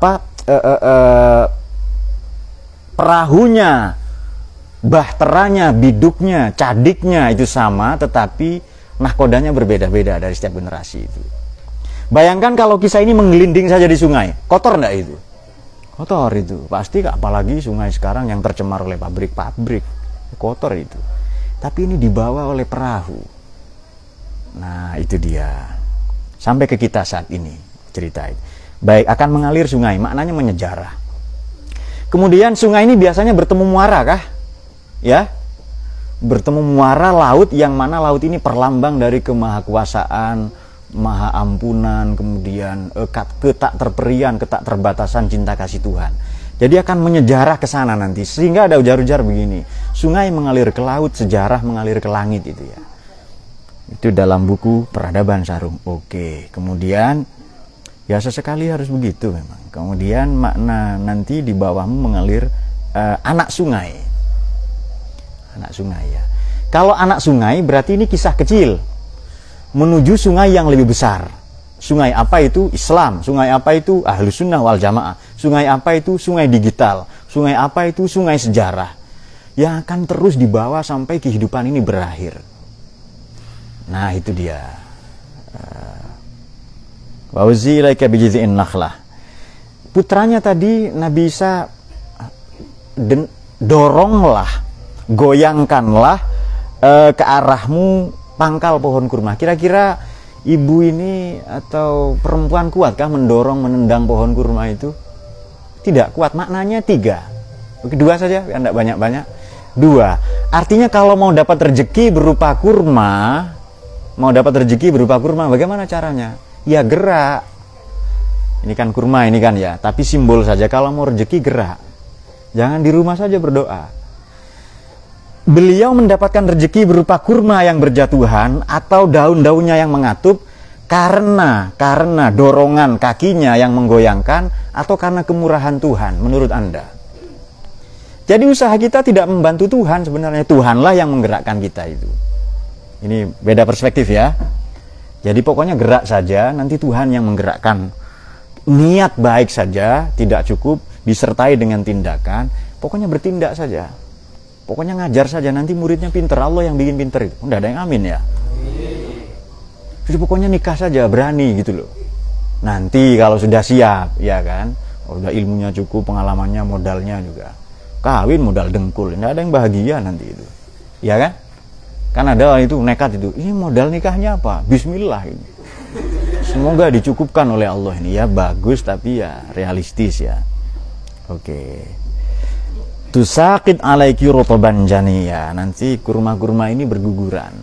[SPEAKER 1] uh, uh, uh, perahunya, bahteranya, biduknya, cadiknya itu sama, tetapi nahkodanya berbeda-beda dari setiap generasi itu. Bayangkan kalau kisah ini menggelinding saja di sungai, kotor enggak itu? Kotor itu, pasti, apalagi sungai sekarang yang tercemar oleh pabrik-pabrik, kotor itu. Tapi ini dibawa oleh perahu. Nah, itu dia. Sampai ke kita saat ini cerita itu. Baik, akan mengalir sungai, maknanya menyejarah. Kemudian sungai ini biasanya bertemu muara kah? Ya, bertemu muara laut, yang mana laut ini perlambang dari kemahakuasaan, maha ampunan, kemudian eh, ketak terperian, ketak terbatasan cinta kasih Tuhan. Jadi akan menyejarah ke sana nanti, sehingga ada ujar-ujar begini, sungai mengalir ke laut, sejarah mengalir ke langit, itu ya. Itu dalam buku Peradaban Sarung. Oke, kemudian ya sesekali harus begitu memang. Kemudian makna nanti di bawahmu mengalir uh, anak sungai. Anak sungai ya. Kalau anak sungai berarti ini kisah kecil menuju sungai yang lebih besar. Sungai apa itu? Islam. Sungai apa itu? Ahlus Sunnah wal Jamaah. Sungai apa itu? Sungai digital. Sungai apa itu? Sungai sejarah. Yang akan terus dibawa sampai kehidupan ini berakhir. Nah, itu dia. Wa uzilaika bijiz'in nakhlah. Putranya tadi Nabi Isa doronglah, goyangkanlah uh, ke arahmu pangkal pohon kurma. Kira-kira ibu ini atau perempuan kuatkah mendorong, menendang pohon kurma itu? Tidak kuat, maknanya tiga. Dua saja, tidak banyak-banyak. Dua. Artinya kalau mau dapat rezeki berupa kurma, mau dapat rezeki berupa kurma, bagaimana caranya? Ya gerak. Ini kan kurma ini kan ya, tapi simbol saja. Kalau mau rezeki gerak. Jangan di rumah saja berdoa. Beliau mendapatkan rezeki berupa kurma yang berjatuhan atau daun-daunnya yang mengatup karena karena dorongan kakinya yang menggoyangkan atau karena kemurahan Tuhan menurut Anda. Jadi usaha kita tidak membantu Tuhan, sebenarnya Tuhanlah yang menggerakkan kita itu. Ini beda perspektif ya. Jadi pokoknya gerak saja, nanti Tuhan yang menggerakkan. Niat baik saja tidak cukup, disertai dengan tindakan. Pokoknya bertindak saja. Pokoknya ngajar saja, nanti muridnya pinter. Allah yang bikin pinter itu. Udah ada yang amin ya. Jadi pokoknya nikah saja, berani gitu loh. Nanti kalau sudah siap, ya kan, udah ilmunya cukup, pengalamannya, modalnya juga. Kawin modal dengkul, tidak ada yang bahagia nanti itu. Ya kan? Kan ada itu nekat itu. Ini modal nikahnya apa? Bismillah ini. Semoga dicukupkan oleh Allah ini ya, bagus tapi ya realistis ya. Oke. Tusaqit alaiki rotoban janiya. Nanti kurma-kurma ini berguguran.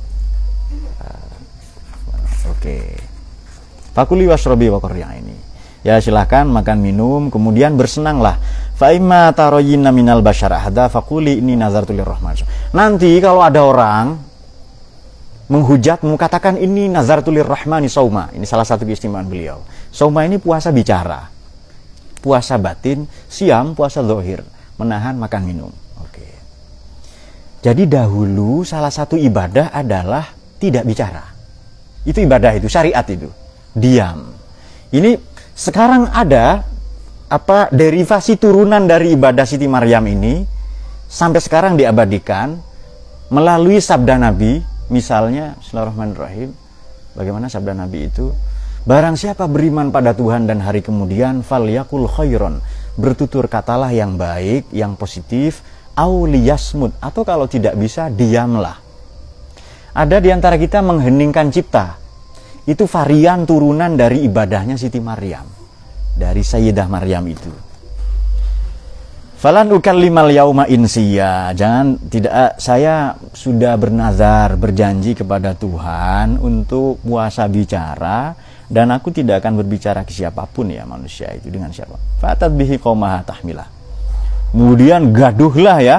[SPEAKER 1] Oke. Fakuli wasrobi wakorya ini. Ya silahkan makan minum, kemudian bersenanglah. Fa imma taroyinna minal bashar ahada fakuli ini nazartu lirrahman. Nanti kalau ada orang menghujatmu, katakan ini nazartu lirrahmani sauma. Ini salah satu keistimewaan beliau. Sauma ini puasa bicara. Puasa batin, siam puasa zahir, menahan makan minum. Oke. Jadi dahulu salah satu ibadah adalah tidak bicara. Itu ibadah itu, syariat itu. Diam. Ini sekarang ada apa derivasi turunan dari ibadah Siti Maryam ini sampai sekarang diabadikan melalui sabda Nabi. Misalnya, Bismillahirrahmanirrahim. Bagaimana sabda Nabi itu? Barang siapa beriman pada Tuhan dan hari kemudian, falyakul khairon. Bertutur katalah yang baik, yang positif, au liyasmut. Atau kalau tidak bisa, diamlah. Ada di antara kita mengheningkan cipta. Itu varian turunan dari ibadahnya Siti Maryam. Dari Sayyidah Maryam itu. Falan ukallimal yauma insiya. Jangan tidak saya sudah bernazar, berjanji kepada Tuhan untuk puasa bicara dan aku tidak akan berbicara ke siapapun ya manusia itu dengan siapa. Fatat bihi qaumaha tahmilah. Kemudian gaduhlah ya.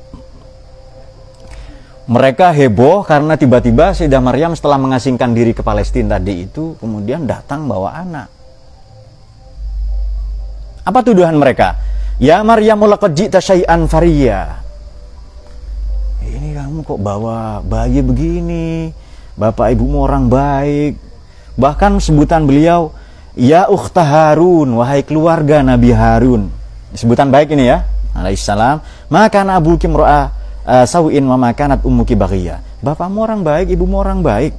[SPEAKER 1] Mereka heboh karena tiba-tiba Sayyidah Maryam setelah mengasingkan diri ke Palestina tadi itu kemudian datang bawa anak. Apa tuduhan mereka? Ya Maryam laqad ji'ta syai'an fariya. Ini kamu kok bawa bayi begini? Bapak ibumu orang baik. Bahkan sebutan beliau Ya ukhta Harun, wahai keluarga Nabi Harun. Sebutan baik ini ya, alaihissalam. Maka abuki mra'a uh, sawin wa makanat ummuki baghiyah. Bapakmu orang baik, ibumu orang baik.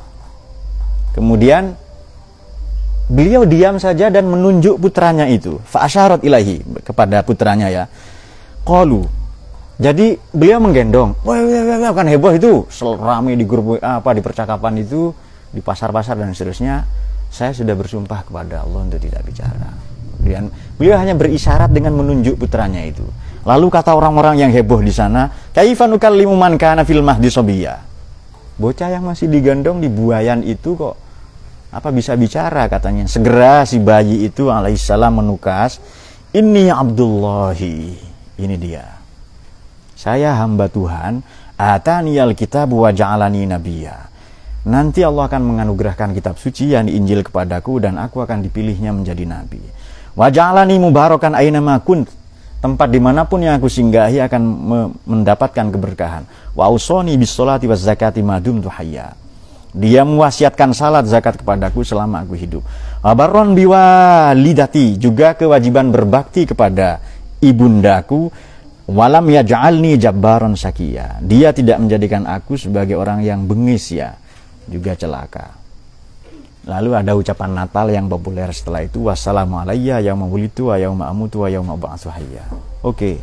[SPEAKER 1] Kemudian beliau diam saja dan menunjuk putranya itu. Fa asyarat ilahi, kepada putranya ya. Qalu. Jadi beliau menggendong. Wah, wah, wah, kan heboh itu. Ramai di grup apa di percakapan itu, di pasar-pasar dan seterusnya. Saya sudah bersumpah kepada Allah untuk tidak bicara. Kemudian beliau hanya berisyarat dengan menunjuk putranya itu. Lalu kata orang-orang yang heboh di sana, "Kaifan nukallimu man kana fil mahdi sabiyya?" Bocah yang masih digendong di buayan itu kok apa bisa bicara katanya. Segera si bayi itu alaihissalam menukas, "Inni Abdullahi." Ini dia. Saya hamba Tuhan, ataniyal kitab wa ja'alani nabiyya. Nanti Allah akan menganugerahkan kitab suci yang Injil kepadaku dan aku akan dipilihnya menjadi nabi. Wa ja'alani mubarakan aina ma kunt. Tempat dimanapun yang aku singgahi akan me- mendapatkan keberkahan. Wa ausani bis sholati waz zakati ma dumtu hayya. Dia mewasiatkan salat zakat kepadaku selama aku hidup. Wa barron biwalidati, juga kewajiban berbakti kepada ibundaku. Walam yaj'alni jabbaron syaqiya. Dia tidak menjadikan aku sebagai orang yang bengis ya, juga celaka. Lalu ada ucapan Natal yang populer setelah itu, wassalamu alayya yauma wulidtu wa yauma amutu wa yauma ub'atsu hayya. Oke.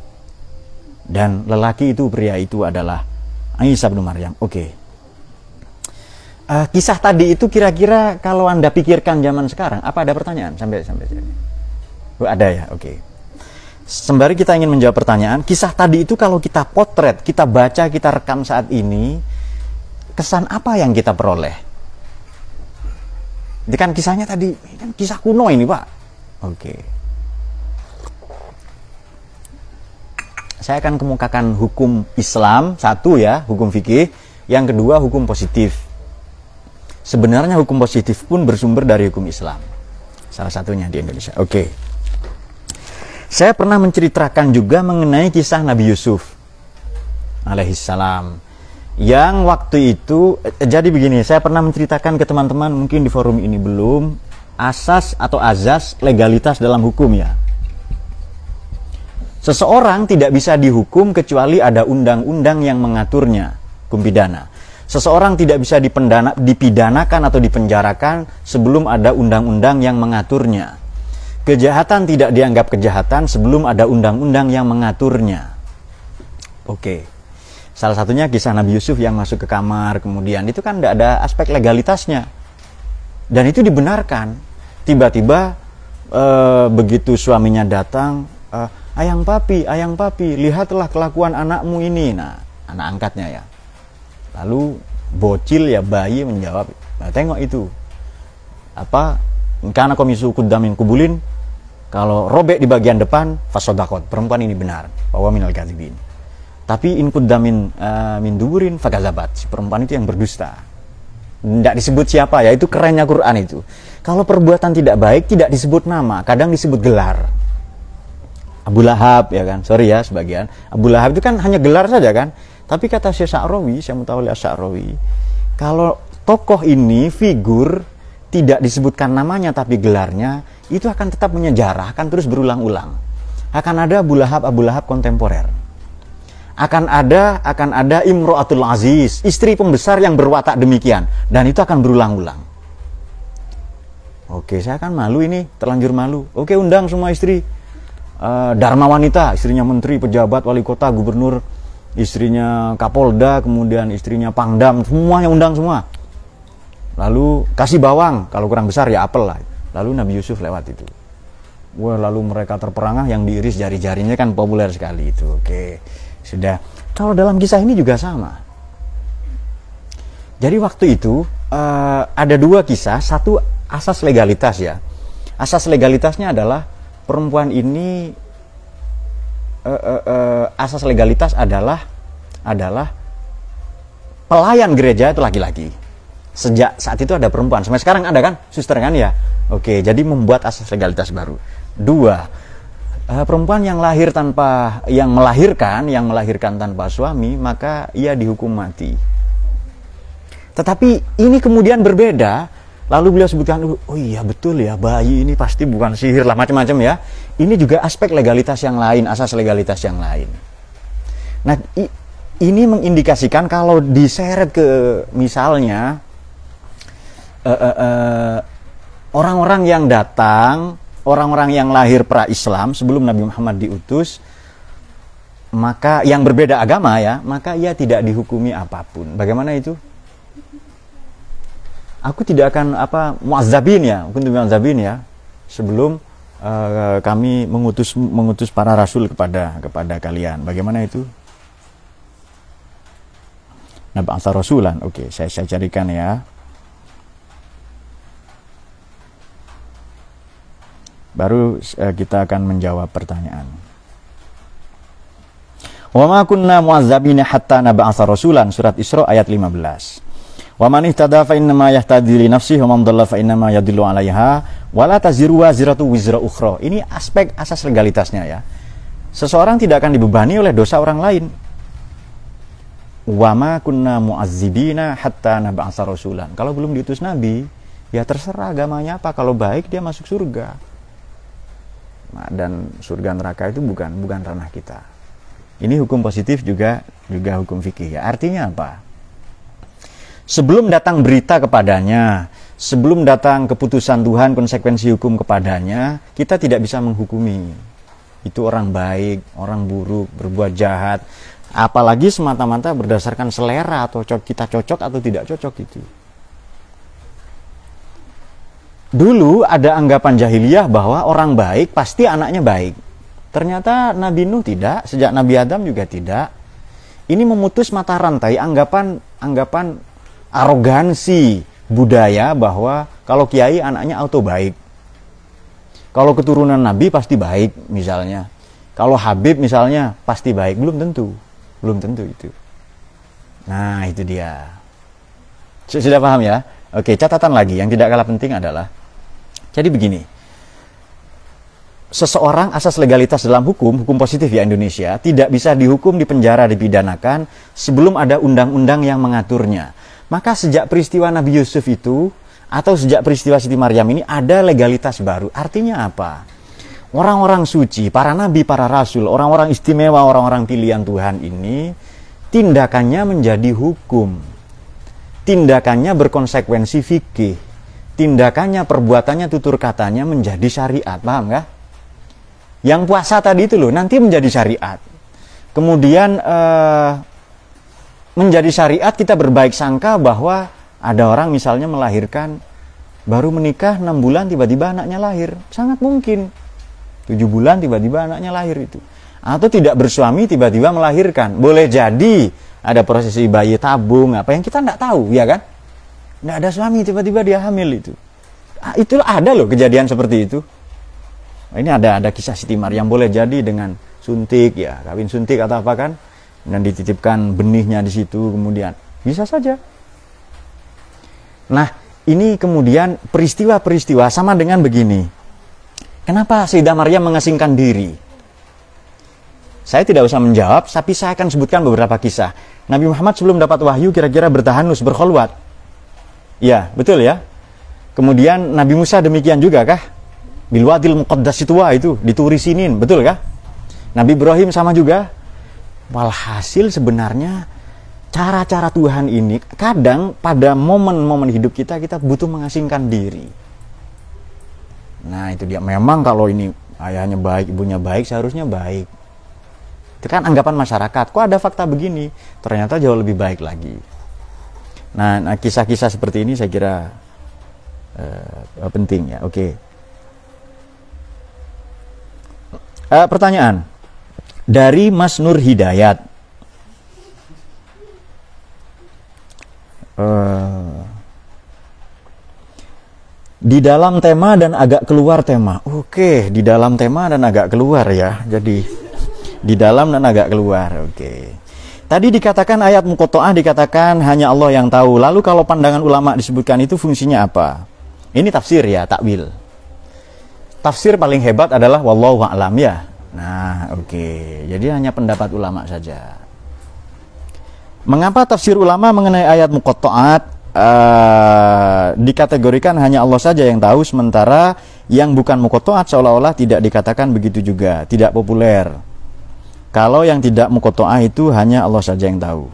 [SPEAKER 1] Dan lelaki itu, pria itu adalah Isa bin Maryam. Oke. Uh, kisah tadi itu kira-kira kalau Anda pikirkan zaman sekarang, apa ada pertanyaan sampai sampai sini? Oh, ada ya. Oke. Sembari kita ingin menjawab pertanyaan, kisah tadi itu kalau kita potret, kita baca, kita rekam saat ini, kesan apa yang kita peroleh? Ini kan kisahnya tadi, kan kisah kuno ini Pak. Oke. Saya akan kemukakan hukum Islam, satu ya, hukum fikih. Yang kedua, hukum positif. Sebenarnya hukum positif pun bersumber dari hukum Islam. Salah satunya di Indonesia. Oke. Saya pernah menceritakan juga mengenai kisah Nabi Yusuf alaihissalam. Yang waktu itu, jadi begini, saya pernah menceritakan ke teman-teman, mungkin di forum ini belum, asas atau azas legalitas dalam hukum ya. Seseorang tidak bisa dihukum kecuali ada undang-undang yang mengaturnya, hukum pidana. Seseorang tidak bisa dipendana, dipidanakan atau dipenjarakan sebelum ada undang-undang yang mengaturnya. Kejahatan tidak dianggap kejahatan sebelum ada undang-undang yang mengaturnya. Oke. Salah satunya kisah Nabi Yusuf yang masuk ke kamar, kemudian itu kan tidak ada aspek legalitasnya. Dan itu dibenarkan. Tiba-tiba e, begitu suaminya datang, e, ayang papi, ayang papi, lihatlah kelakuan anakmu ini. Nah, anak angkatnya ya. Lalu bocil ya, bayi menjawab, nah, tengok itu. Apa? Karena komisu kudamin kubulin, kalau robek di bagian depan, fasodakot, perempuan ini benar, bahwa minal kadzibin. Tapi in kudamin uh, min duburin fakazabat, si perempuan itu yang berdusta. Tidak disebut siapa ya, itu kerennya Quran itu. Kalau perbuatan tidak baik tidak disebut nama, kadang disebut gelar. Abu Lahab ya kan, sorry ya sebagian. Abu Lahab itu kan hanya gelar saja kan. Tapi kata Syekh Sa'rawi, saya mutawalli As-Sa'rawi, kalau tokoh ini figur tidak disebutkan namanya tapi gelarnya, itu akan tetap menyejarah, akan terus berulang-ulang. Akan ada Abu Lahab, Abu Lahab kontemporer. Akan ada akan ada Imro'atul Aziz, istri pembesar yang berwatak demikian, dan itu akan berulang-ulang. Oke, saya kan malu ini, terlanjur malu. Oke, undang semua istri. Uh, Dharma wanita, istrinya menteri, pejabat, wali kota, gubernur, istrinya Kapolda, kemudian istrinya Pangdam, semuanya undang semua. Lalu kasih bawang, kalau kurang besar ya apel lah. Lalu Nabi Yusuf lewat itu. Wah, lalu mereka terperangah, yang diiris jari-jarinya kan populer sekali itu. Oke, sudah. Kalau dalam kisah ini juga sama. Jadi waktu itu uh, ada dua kisah, satu asas legalitas ya. Asas legalitasnya adalah perempuan ini uh, uh, uh, asas legalitas adalah adalah pelayan gereja itu laki-laki. Sejak saat itu ada perempuan, sampai sekarang ada kan, suster kan ya. Oke, jadi membuat asas legalitas baru. Dua, uh, perempuan yang lahir tanpa, yang melahirkan, yang melahirkan tanpa suami, maka ia dihukum mati. Tetapi ini kemudian berbeda, Lalu beliau sebutkan, oh iya betul ya, bayi ini pasti bukan sihir lah, macam-macam ya. Ini juga aspek legalitas yang lain, asas legalitas yang lain. Nah, ini mengindikasikan kalau diseret ke misalnya uh, uh, uh, orang-orang yang datang, orang-orang yang lahir pra-Islam sebelum Nabi Muhammad diutus, maka yang berbeda agama ya, maka ia tidak dihukumi apapun. Bagaimana itu? Aku tidak akan apa muazzabin ya, mungkin muazzabin ya, sebelum uh, kami mengutus mengutus para rasul kepada kepada kalian. Bagaimana itu? Nab'atsa rasulan. Oke, saya saya carikan ya. Baru uh, kita akan menjawab pertanyaan. Wa ma kunna muazzabina hatta nab'atsa rasulan, surat Isra ayat lima belas. Wa man ihtada fa innama yahtadi li nafsihi wa man dhalla fa innama yadhillu 'alaiha wa la taziru waziratu wizra ukhra. Ini aspek asas legalitasnya ya. Seseorang tidak akan dibebani oleh dosa orang lain. Wa ma kunna mu'azzibina hatta nab'atsa rasulan. Kalau belum diutus nabi, ya terserah agamanya apa, kalau baik dia masuk surga. Nah, dan surga neraka itu bukan bukan ranah kita. Ini hukum positif juga juga hukum fikih ya. Artinya apa? Sebelum datang berita kepadanya, sebelum datang keputusan Tuhan, konsekuensi hukum kepadanya, kita tidak bisa menghukumi. Itu orang baik, orang buruk, berbuat jahat. Apalagi semata-mata berdasarkan selera atau kita cocok atau tidak cocok itu. Dulu ada anggapan jahiliyah bahwa orang baik pasti anaknya baik. Ternyata Nabi Nuh tidak, sejak Nabi Adam juga tidak. Ini memutus mata rantai anggapan anggapan arogansi budaya bahwa kalau kiai anaknya auto baik. Kalau keturunan Nabi pasti baik misalnya. Kalau Habib misalnya pasti baik. Belum tentu. Belum tentu itu. Nah itu dia. Sudah paham ya? Oke, catatan lagi yang tidak kalah penting adalah, jadi begini. Seseorang asas legalitas dalam hukum, hukum positif ya Indonesia, tidak bisa dihukum, dipenjara, dipidanakan sebelum ada undang-undang yang mengaturnya. Maka sejak peristiwa Nabi Yusuf itu, atau sejak peristiwa Siti Maryam ini, ada legalitas baru. Artinya apa? Orang-orang suci, para nabi, para rasul, orang-orang istimewa, orang-orang pilihan Tuhan ini, tindakannya menjadi hukum. Tindakannya berkonsekuensi fikih. Tindakannya, perbuatannya, tutur katanya menjadi syariat. Paham nggak? Yang puasa tadi itu loh, nanti menjadi syariat. Kemudian eh, menjadi syariat, kita berbaik sangka bahwa ada orang misalnya melahirkan, baru menikah enam bulan tiba-tiba anaknya lahir. Sangat mungkin. tujuh bulan tiba-tiba anaknya lahir itu. Atau tidak bersuami tiba-tiba melahirkan. Boleh jadi ada prosesi bayi tabung, apa yang kita tidak tahu, ya kan? Tidak ada suami tiba-tiba dia hamil itu. Itu ada loh kejadian seperti itu. Ini ada ada kisah Siti Maryam, boleh jadi dengan suntik ya, kawin suntik atau apa kan, dan dititipkan benihnya di situ, kemudian bisa saja. Nah, ini kemudian peristiwa-peristiwa sama dengan begini. Kenapa Sayyidah Maryam mengasingkan diri? Saya tidak usah menjawab, tapi saya akan sebutkan beberapa kisah. Nabi Muhammad sebelum dapat wahyu kira-kira bertahanus, berkholwat. Ya, betul ya. Kemudian Nabi Musa demikian juga kah? Bilwadil Muqaddas Situa itu, di Turi Sinin, betul kah? Nabi Ibrahim sama juga. Walhasil sebenarnya cara-cara Tuhan ini kadang pada momen-momen hidup kita, kita butuh mengasingkan diri. Nah itu dia, memang kalau ini ayahnya baik, ibunya baik, seharusnya baik. Itu kan anggapan masyarakat, kok ada fakta begini? Ternyata jauh lebih baik lagi. Nah, nah kisah-kisah seperti ini saya kira uh, penting ya, oke. Okay. Uh, pertanyaan dari Mas Nur Hidayat. Uh, di dalam tema dan agak keluar tema. Oke, di dalam tema dan agak keluar ya. Jadi di dalam dan agak keluar. Oke. Tadi dikatakan ayat muqatta'ah dikatakan hanya Allah yang tahu. Lalu kalau pandangan ulama disebutkan itu fungsinya apa? Ini tafsir ya, takwil. Tafsir paling hebat adalah wallahu a'lam ya. Nah, oke. Okay. Jadi hanya pendapat ulama saja. Mengapa tafsir ulama mengenai ayat muqatta'at uh, dikategorikan hanya Allah saja yang tahu, sementara yang bukan muqatta'at seolah-olah tidak dikatakan begitu juga, tidak populer. Kalau yang tidak muqatta'ah itu hanya Allah saja yang tahu.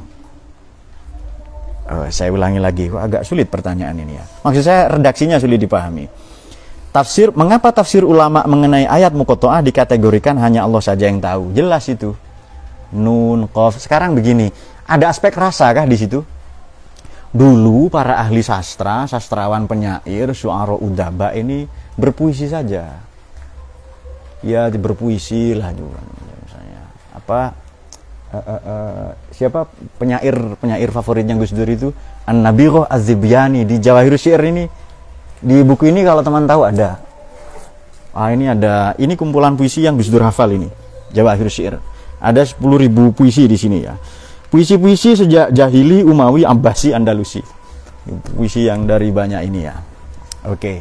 [SPEAKER 1] Oh, saya ulangi lagi, kok agak sulit pertanyaan ini ya. Maksud saya redaksinya sulit dipahami. Tafsir, mengapa tafsir ulama mengenai ayat muqatta'ah dikategorikan hanya Allah saja yang tahu? Jelas itu. Nun, qaf. Sekarang begini, ada aspek rasa kah di situ? Dulu para ahli sastra, sastrawan penyair, syu'ara udaba ini berpuisi saja. Ya, berpuisi lah juga. Misalnya apa? Uh, uh, uh, siapa penyair penyair favoritnya Gus Dur itu? An-Nabigh Az-Zibyani di Jawahirus Syi'r ini. Di buku ini kalau teman tahu ada. Ah, ini ada, ini kumpulan puisi yang Gus Dur hafal ini. Jawahirus Syi'r. Ada sepuluh ribu puisi di sini ya. Puisi-puisi sejak Jahili, Umawi, Abbasi, Andalusi. Puisi yang dari banyak ini ya. Oke. Okay.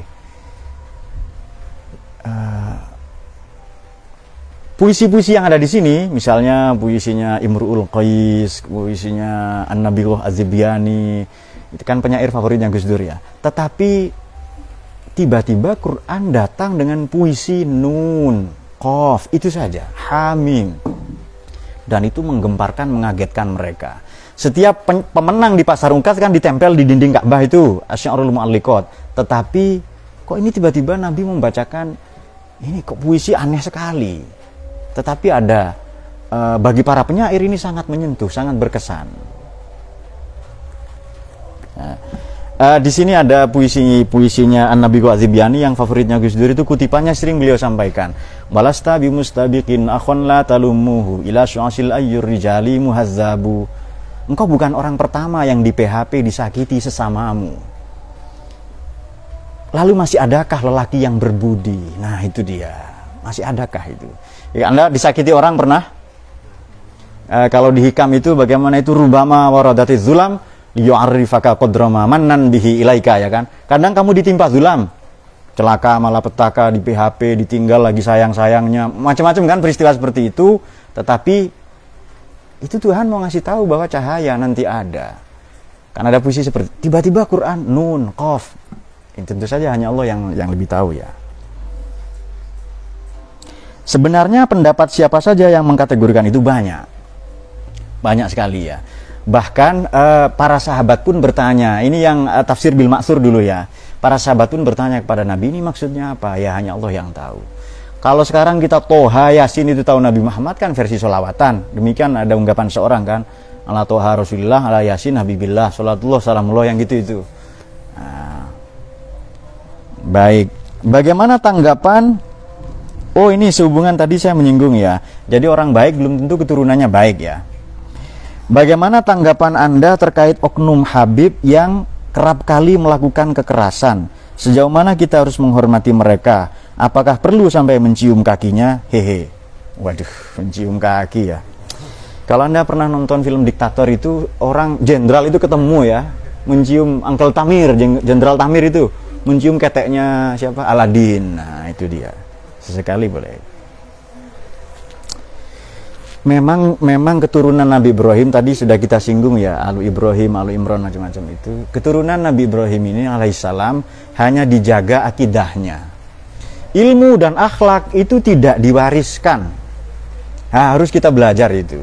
[SPEAKER 1] Uh, Puisi-puisi yang ada di sini, misalnya puisinya Imru'ul Qais, puisinya An-Nabigh Az-Zibyani, itu kan penyair favoritnya Gus Dur ya. Tetapi tiba-tiba Quran datang dengan puisi Nun, Qaf, itu saja, Hamim. Dan itu menggemparkan, mengagetkan mereka. Setiap pemenang di pasar ungkas kan ditempel di dinding Ka'bah itu, Asy'arul Mu'alliqat. Tetapi kok ini tiba-tiba Nabi membacakan, ini kok puisi aneh sekali. Tetapi ada, e, bagi para penyair ini sangat menyentuh, sangat berkesan. Nah, e, di sini ada puisi-puisinya An-Nabigh Az-Zibyani yang favoritnya Gus Dur itu, kutipannya sering beliau sampaikan. Walasta bimustabiqin akhon la talumuhu ila syu'asil ayyur rijali muhazzabu. Engkau bukan orang pertama yang di P H P disakiti sesamamu. Lalu masih adakah lelaki yang berbudi? Nah itu dia, masih adakah itu? Ya, Anda disakiti orang pernah? E, kalau di hikam itu bagaimana itu, rubama waradati zulam liyu'arrifaka qadrama mannan bihi ilaika, ya kan? Kadang kamu ditimpa zulam, celaka, malapetaka, di P H P, ditinggal lagi sayang-sayangnya, macam-macam kan peristiwa seperti itu. Tetapi itu Tuhan mau ngasih tahu bahwa cahaya nanti ada. Kan ada puisi seperti tiba-tiba Quran Nun, Qaf. Ini tentu saja hanya Allah yang yang lebih tahu ya. Sebenarnya pendapat siapa saja yang mengkategorikan itu banyak. Banyak sekali ya. Bahkan eh, para sahabat pun bertanya. Ini yang eh, tafsir bil maksur dulu ya. Para sahabat pun bertanya kepada Nabi, ini maksudnya apa? Ya hanya Allah yang tahu. Kalau sekarang kita Toha Yasin itu tahu Nabi Muhammad kan versi sholawatan. Demikian ada ungkapan seorang kan. Ala Toha Rasulillah, ala Yasin Habibillah, sholatullah, salamullah, yang gitu-itu. Nah, baik. Bagaimana tanggapan? Oh ini sehubungan tadi saya menyinggung ya. Jadi orang baik belum tentu keturunannya baik ya. Bagaimana tanggapan Anda terkait oknum Habib yang kerap kali melakukan kekerasan? Sejauh mana kita harus menghormati mereka? Apakah perlu sampai mencium kakinya? Hehe. Waduh, mencium kaki ya. Kalau Anda pernah nonton film Diktator itu, orang jenderal itu ketemu ya, mencium Uncle Tamir, Jenderal Tamir itu mencium keteknya siapa? Aladin. Nah itu dia. Sesekali boleh. Memang memang keturunan Nabi Ibrahim tadi sudah kita singgung ya, Alu Ibrahim, Alu Imran, macam-macam itu. Keturunan Nabi Ibrahim ini alaihissalam hanya dijaga akidahnya. Ilmu dan akhlak itu tidak diwariskan. Nah, harus kita belajar itu.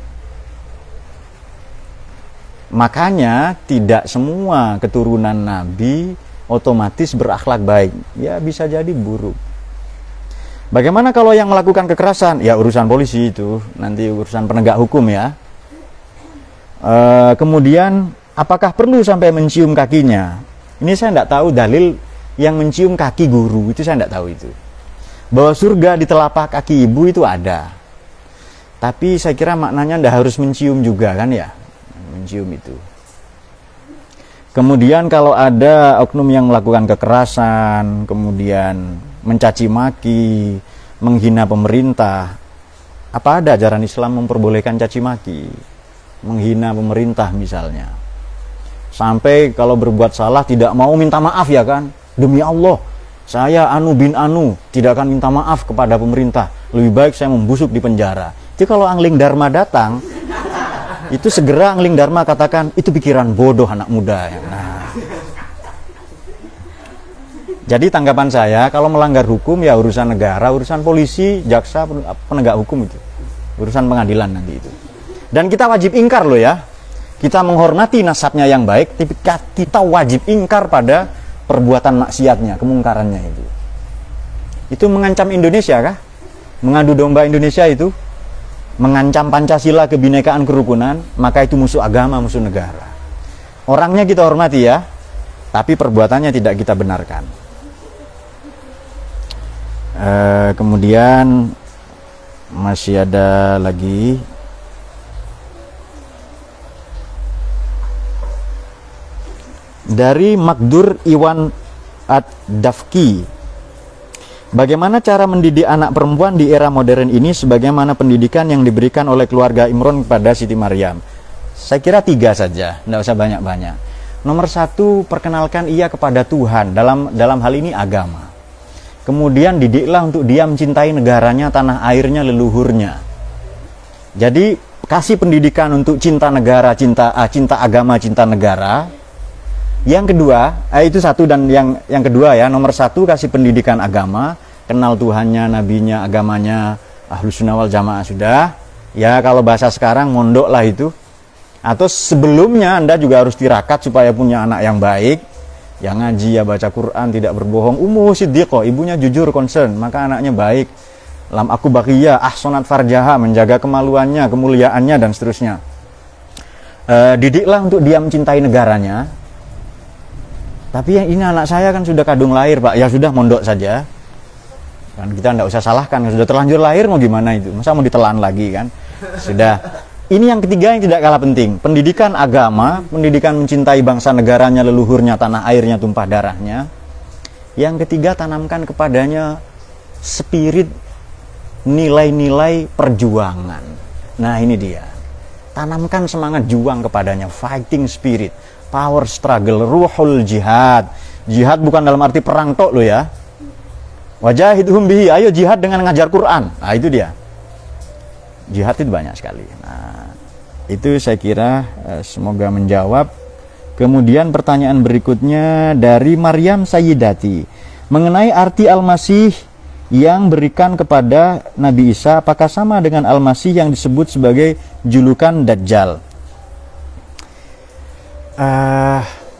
[SPEAKER 1] Makanya tidak semua keturunan Nabi otomatis berakhlak baik. Ya bisa jadi buruk. Bagaimana kalau yang melakukan kekerasan? Ya urusan polisi itu, nanti urusan penegak hukum ya. E, kemudian apakah perlu sampai mencium kakinya? Ini saya tidak tahu dalil yang mencium kaki guru, itu saya tidak tahu itu. Bahwa surga di telapak kaki ibu itu ada. Tapi saya kira maknanya tidak harus mencium juga kan ya, mencium itu. Kemudian kalau ada oknum yang melakukan kekerasan, kemudian mencaci maki, menghina pemerintah, apa ada ajaran Islam memperbolehkan caci maki, menghina pemerintah misalnya, sampai kalau berbuat salah tidak mau minta maaf ya kan, demi Allah saya anu bin anu tidak akan minta maaf kepada pemerintah, lebih baik saya membusuk di penjara. Jadi kalau angling dharma datang Itu segera Angling Dharma katakan, itu pikiran bodoh anak muda. Nah, jadi tanggapan saya, kalau melanggar hukum ya urusan negara, urusan polisi, jaksa, penegak hukum itu. Urusan pengadilan nanti itu. Dan kita wajib ingkar loh ya. Kita menghormati nasabnya yang baik, tapi kita wajib ingkar pada perbuatan maksiatnya, kemungkarannya itu. Itu mengancam Indonesia kah? Mengadu domba Indonesia itu? Mengancam Pancasila, kebinekaan, kerukunan, maka itu musuh agama, musuh negara. Orangnya kita hormati ya, tapi perbuatannya tidak kita benarkan. Uh, kemudian masih ada lagi dari Makdur Iwan Ad-Dafki. Bagaimana cara mendidik anak perempuan di era modern ini sebagaimana pendidikan yang diberikan oleh keluarga Imron kepada Siti Maryam? Saya kira tiga saja, tidak usah banyak-banyak. Nomor satu, perkenalkan ia kepada Tuhan, dalam dalam hal ini agama. Kemudian didiklah untuk dia mencintai negaranya, tanah airnya, leluhurnya. Jadi kasih pendidikan untuk cinta negara, cinta ah, cinta agama, cinta negara. Yang kedua, eh, itu satu, dan yang yang kedua ya, nomor satu kasih pendidikan agama, kenal Tuhannya, nabinya, agamanya, Ahlus Sunnah wal Jamaah sudah. Ya kalau bahasa sekarang mondok lah itu. Atau sebelumnya Anda juga harus tirakat supaya punya anak yang baik. Yang ngaji, ya baca Quran, tidak berbohong. Ummu siddiqah, ibunya jujur, concern, maka anaknya baik. Lam aku bakiyah, ahsanat farjaha, menjaga kemaluannya, kemuliaannya, dan seterusnya. E, didiklah untuk dia mencintai negaranya. Tapi yang ini anak saya kan sudah kadung lahir Pak, ya sudah mondok saja. Kan kita tidak usah salahkan, sudah terlanjur lahir mau gimana itu, masa mau ditelan lagi kan. Sudah. Ini yang ketiga yang tidak kalah penting, pendidikan agama, pendidikan mencintai bangsa negaranya, leluhurnya, tanah airnya, tumpah darahnya. Yang ketiga, tanamkan kepadanya spirit, nilai-nilai perjuangan. Nah ini dia, tanamkan semangat juang kepadanya, fighting spirit, power struggle, ruhul jihad. Jihad bukan dalam arti perang tok lo ya. Wajahidhum bihi, ayo jihad dengan ngajar Quran. Nah itu dia. Jihad itu banyak sekali. Nah, itu saya kira eh, semoga menjawab. Kemudian pertanyaan berikutnya dari Maryam Sayyidati mengenai arti Al-Masih yang berikan kepada Nabi Isa, apakah sama dengan Al-Masih yang disebut sebagai julukan Dajjal? Uh,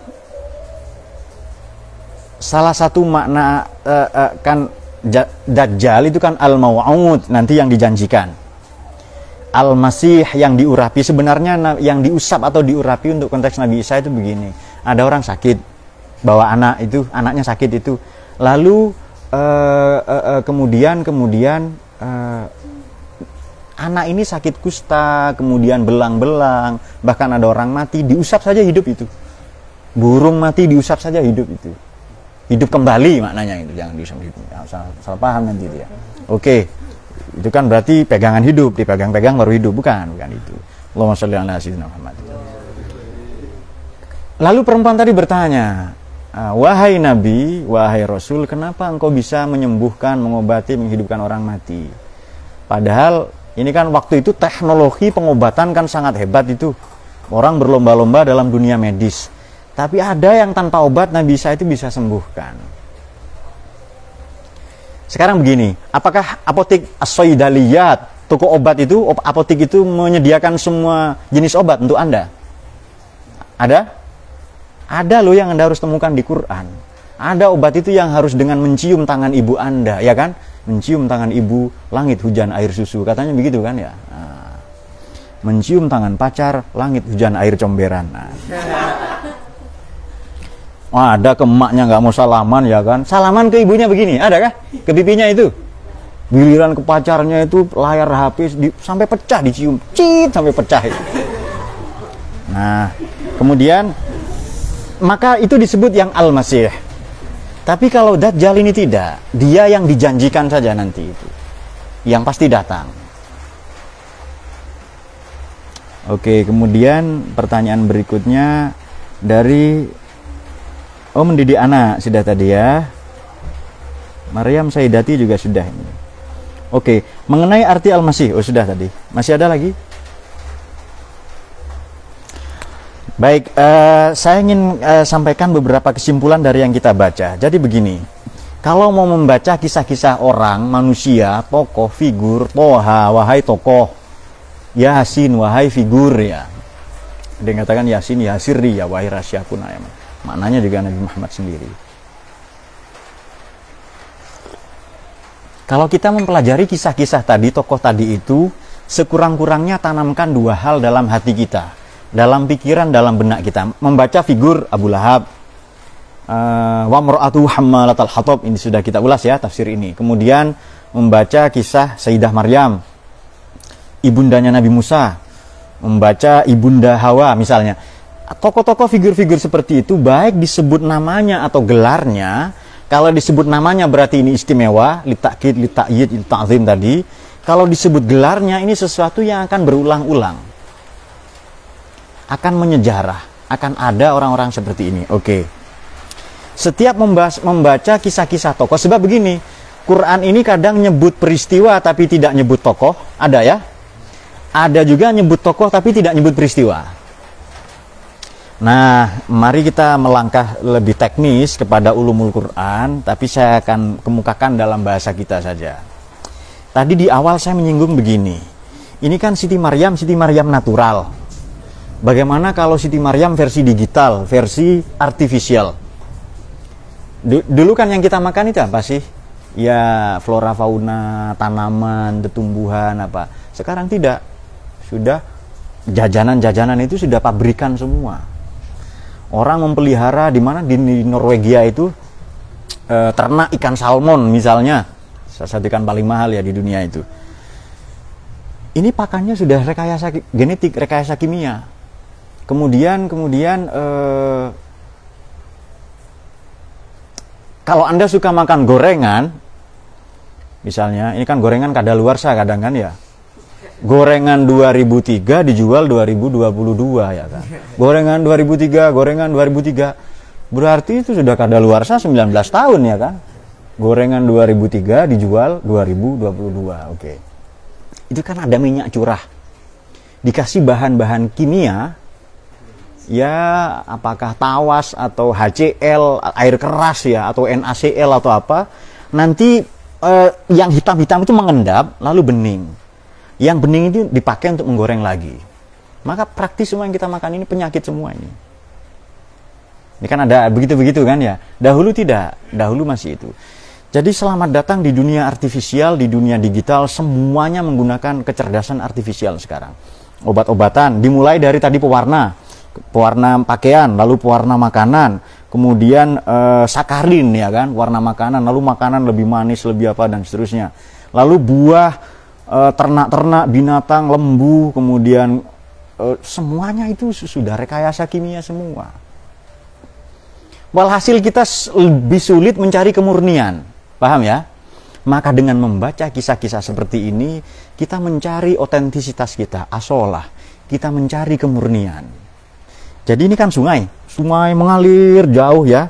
[SPEAKER 1] salah satu makna uh, uh, kan Dajjal itu kan Al-Maw'ud, nanti yang dijanjikan. Al-Masih yang diurapi, sebenarnya yang diusap atau diurapi untuk konteks Nabi Isa itu begini. Ada orang sakit, bawa anak itu, anaknya sakit itu. Lalu uh, uh, uh, kemudian kemudian uh, anak ini sakit kusta, kemudian belang-belang, bahkan ada orang mati, diusap saja hidup itu. Burung mati diusap saja hidup itu. Hidup kembali maknanya itu, jangan diusap hidup. Ya, salah, salah paham nanti itu ya. Oke. Okay. Itu kan berarti pegangan hidup, dipegang-pegang baru hidup, bukan, bukan itu. Allahumma sholli ala sayyidina Muhammad. Lalu perempuan tadi bertanya, wahai Nabi, wahai Rasul, kenapa engkau bisa menyembuhkan, mengobati, menghidupkan orang mati? Padahal ini kan waktu itu teknologi pengobatan kan sangat hebat itu. Orang berlomba-lomba dalam dunia medis. Tapi ada yang tanpa obat Nabi Isa itu bisa sembuhkan. Sekarang begini, apakah apotek as-Saidaliyat, toko obat itu, apotek itu menyediakan semua jenis obat untuk Anda? Ada? Ada loh yang Anda harus temukan di Quran. Ada obat itu yang harus dengan mencium tangan ibu Anda, ya kan? Mencium tangan ibu, langit, hujan, air susu. Katanya begitu kan ya? Nah, mencium tangan pacar, langit, hujan, air comberan. Nah. Wah, ada ke emaknya nggak mau salaman ya kan? Salaman ke ibunya begini, ada kah? Ke pipinya itu. Giliran ke pacarnya itu layar H P di, sampai pecah dicium, cit sampai pecah itu. Nah, kemudian maka itu disebut yang Al-Masih. Tapi kalau Dajjal ini tidak, dia yang dijanjikan saja nanti itu, yang pasti datang. Oke, kemudian pertanyaan berikutnya dari oh mendidik anak sudah tadi ya. Maryam Sayyidati juga sudah ini. Oke, mengenai arti Al-Masih, oh sudah tadi. Masih ada lagi? Baik, uh, saya ingin uh, sampaikan beberapa kesimpulan dari yang kita baca. Jadi begini, kalau mau membaca kisah-kisah orang, manusia, tokoh, figur, toha, wahai tokoh, yasin, wahai figur ya. Ada yang katakan yasin, ya sirri, ya wahai rahasia kuna ya. Maknanya juga Nabi Muhammad sendiri. Kalau kita mempelajari kisah-kisah tadi, tokoh tadi itu, sekurang-kurangnya tanamkan dua hal dalam hati kita, dalam pikiran, dalam benak kita. Membaca figur Abu Lahab, uh, wa mar'atu hammalatal hatab, ini sudah kita ulas ya tafsir ini. Kemudian membaca kisah Sayyidah Maryam, ibundanya Nabi Musa, membaca ibunda Hawa misalnya. Tokoh-tokoh figur-figur seperti itu baik disebut namanya atau gelarnya. Kalau disebut namanya berarti ini istimewa, litakid, litakyid, lita'zim tadi. Kalau disebut gelarnya ini sesuatu yang akan berulang-ulang, akan menyejarah, akan ada orang-orang seperti ini. Oke. Setiap membahas, membaca kisah-kisah tokoh, sebab begini, Quran ini kadang nyebut peristiwa tapi tidak nyebut tokoh, ada ya? Ada juga nyebut tokoh tapi tidak nyebut peristiwa. Nah, mari kita melangkah lebih teknis kepada ulumul Quran, tapi saya akan kemukakan dalam bahasa kita saja. Tadi di awal saya menyinggung begini, ini kan Siti Maryam, Siti Maryam natural. Bagaimana kalau Siti Maryam versi digital, versi artificial? Dulu kan yang kita makan itu apa sih? Ya flora fauna, tanaman, tumbuhan apa. Sekarang tidak. Sudah jajanan-jajanan itu sudah pabrikan semua. Orang memelihara di mana di Norwegia itu e, ternak ikan salmon misalnya, salah satu ikan paling mahal ya di dunia itu. Ini pakannya sudah rekayasa genetik, rekayasa kimia. Kemudian kemudian e, kalau Anda suka makan gorengan, misalnya ini kan gorengan kadaluarsa kadang kan ya. Gorengan dua ribu tiga dijual dua ribu dua puluh dua ya kan. Gorengan dua ribu tiga, gorengan dua ribu tiga. Berarti itu sudah kadaluarsa sembilan belas tahun ya kan. Gorengan dua ribu tiga dijual dua ribu dua puluh dua. Oke. Itu kan ada minyak curah. Dikasih bahan-bahan kimia, ya apakah tawas atau H C L, air keras ya, atau N A C L atau apa. Nanti eh, yang hitam-hitam itu mengendap lalu bening. Yang bening itu dipakai untuk menggoreng lagi. Maka praktis semua yang kita makan ini penyakit semua ini. Ini kan ada begitu-begitu kan ya. Dahulu tidak, dahulu masih itu. Jadi selamat datang di dunia artifisial, di dunia digital, semuanya menggunakan kecerdasan artifisial sekarang. Obat-obatan, dimulai dari tadi pewarna, pewarna pakaian, lalu pewarna makanan, kemudian eh, sakarin ya kan, warna makanan, lalu makanan lebih manis, lebih apa dan seterusnya. Lalu buah, ternak-ternak, binatang, lembu, kemudian uh, semuanya itu sudah rekayasa kimia semua. Walhasil kita lebih sulit mencari kemurnian, paham ya? Maka dengan membaca kisah-kisah seperti ini, kita mencari otentisitas kita, asolah, kita mencari kemurnian. Jadi ini kan sungai, sungai mengalir jauh ya.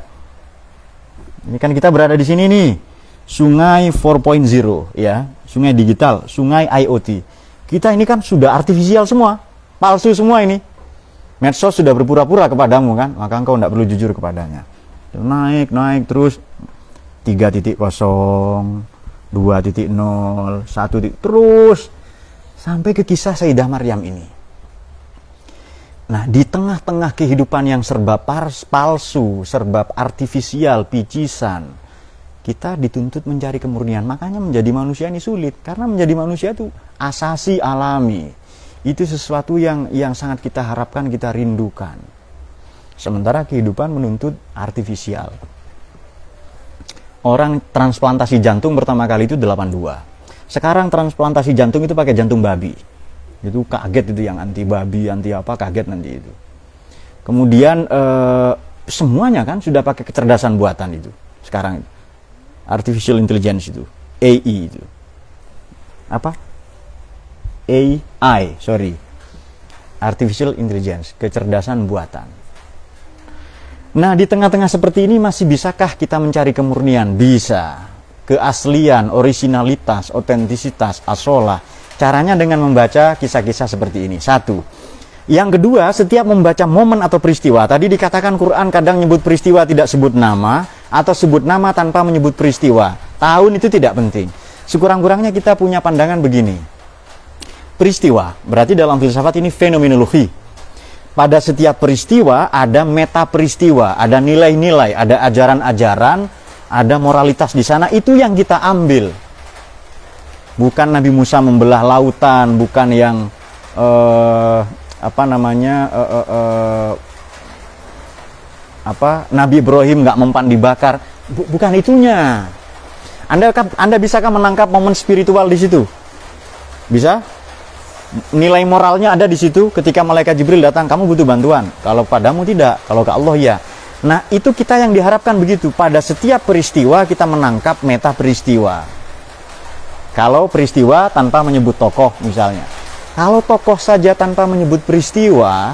[SPEAKER 1] Ini kan kita berada di sini nih, sungai empat titik nol ya. Sungai digital, sungai I O T. Kita ini kan sudah artifisial semua, palsu semua ini. Medsos sudah berpura-pura kepadamu kan, maka engkau tidak perlu jujur kepadanya. Naik, naik terus tiga titik nol, dua titik nol, satu titik terus sampai ke kisah Sayyidah Maryam ini. Nah, di tengah-tengah kehidupan yang serba palsu, serba artifisial, picisan, kita dituntut mencari kemurnian. Makanya menjadi manusia ini sulit, karena menjadi manusia itu asasi alami. Itu sesuatu yang yang sangat kita harapkan, kita rindukan. Sementara kehidupan menuntut artifisial. Orang transplantasi jantung pertama kali itu delapan puluh dua. Sekarang transplantasi jantung itu pakai jantung babi. Itu kaget itu yang anti babi, anti apa, kaget nanti itu. Kemudian eh, semuanya kan sudah pakai kecerdasan buatan itu. Sekarang itu. Artificial intelligence itu, A I itu. Apa? A I, sorry. Artificial intelligence, kecerdasan buatan. Nah, di tengah-tengah seperti ini masih bisakah kita mencari kemurnian? Bisa. Keaslian, originalitas, otentisitas, asolah. Caranya dengan membaca kisah-kisah seperti ini. Satu, Yang kedua, setiap membaca momen atau peristiwa, tadi dikatakan Quran kadang nyebut peristiwa tidak sebut nama, atau sebut nama tanpa menyebut peristiwa. Tahun itu tidak penting. Sekurang-kurangnya kita punya pandangan begini. Peristiwa, berarti dalam filsafat ini fenomenologi. Pada setiap peristiwa ada meta peristiwa, ada nilai-nilai, ada ajaran-ajaran, ada moralitas di sana, itu yang kita ambil. Bukan Nabi Musa membelah lautan, bukan yang uh, apa namanya uh, uh, uh, apa Nabi Ibrahim nggak mempan dibakar, bukan itunya. Anda Anda bisakah menangkap momen spiritual di situ? Bisa? Nilai moralnya ada di situ ketika malaikat Jibril datang, kamu butuh bantuan. Kalau padamu tidak, kalau ke Allah ya. Nah, itu kita yang diharapkan begitu. Pada setiap peristiwa kita menangkap meta peristiwa. Kalau peristiwa tanpa menyebut tokoh misalnya. Kalau tokoh saja tanpa menyebut peristiwa,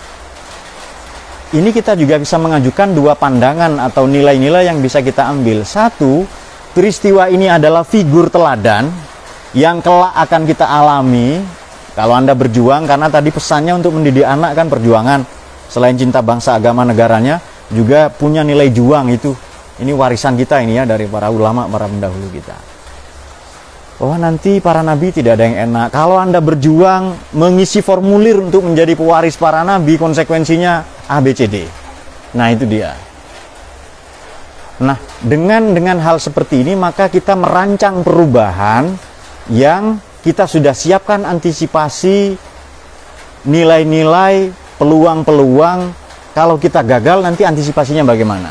[SPEAKER 1] ini kita juga bisa mengajukan dua pandangan atau nilai-nilai yang bisa kita ambil. Satu, peristiwa ini adalah figur teladan yang kelak akan kita alami kalau Anda berjuang, karena tadi pesannya untuk mendidik anak kan perjuangan. Selain cinta bangsa, agama, negaranya, juga punya nilai juang itu. Ini warisan kita ini ya dari para ulama, para pendahulu kita. Oh, nanti para nabi tidak ada yang enak. Kalau Anda berjuang mengisi formulir untuk menjadi pewaris para nabi, konsekuensinya A, B, C, D. Nah, itu dia. Nah, dengan dengan hal seperti ini, maka kita merancang perubahan yang kita sudah siapkan antisipasi nilai-nilai, peluang-peluang. Kalau kita gagal, nanti antisipasinya bagaimana?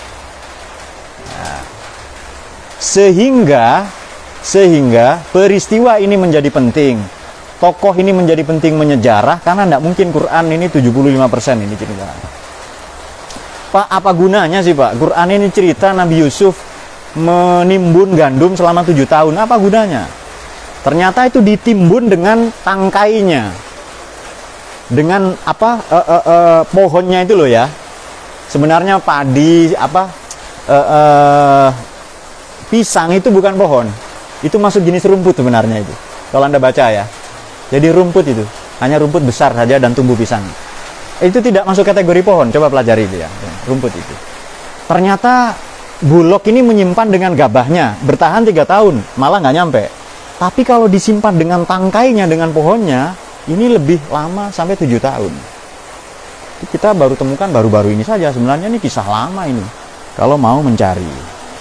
[SPEAKER 1] Nah, sehingga Sehingga peristiwa ini menjadi penting, tokoh ini menjadi penting menyejarah, karena tidak mungkin Quran ini tujuh puluh lima persen ini cerita. Pak, apa gunanya sih Pak? Quran ini cerita Nabi Yusuf menimbun gandum selama tujuh tahun, apa gunanya? Ternyata itu ditimbun dengan tangkainya, dengan apa e, e, e, pohonnya itu loh ya. Sebenarnya padi, apa e, e, pisang itu bukan pohon. Itu masuk jenis rumput sebenarnya itu. Kalau Anda baca ya. Jadi rumput itu. Hanya rumput besar saja dan tumbuh pisang. Itu tidak masuk kategori pohon. Coba pelajari itu ya. Rumput itu. Ternyata Bulog ini menyimpan dengan gabahnya. Bertahan tiga tahun. Malah nggak nyampe. Tapi kalau disimpan dengan tangkainya, dengan pohonnya, ini lebih lama sampai tujuh tahun. Kita baru temukan baru-baru ini saja. Sebenarnya ini kisah lama ini. Kalau mau mencari.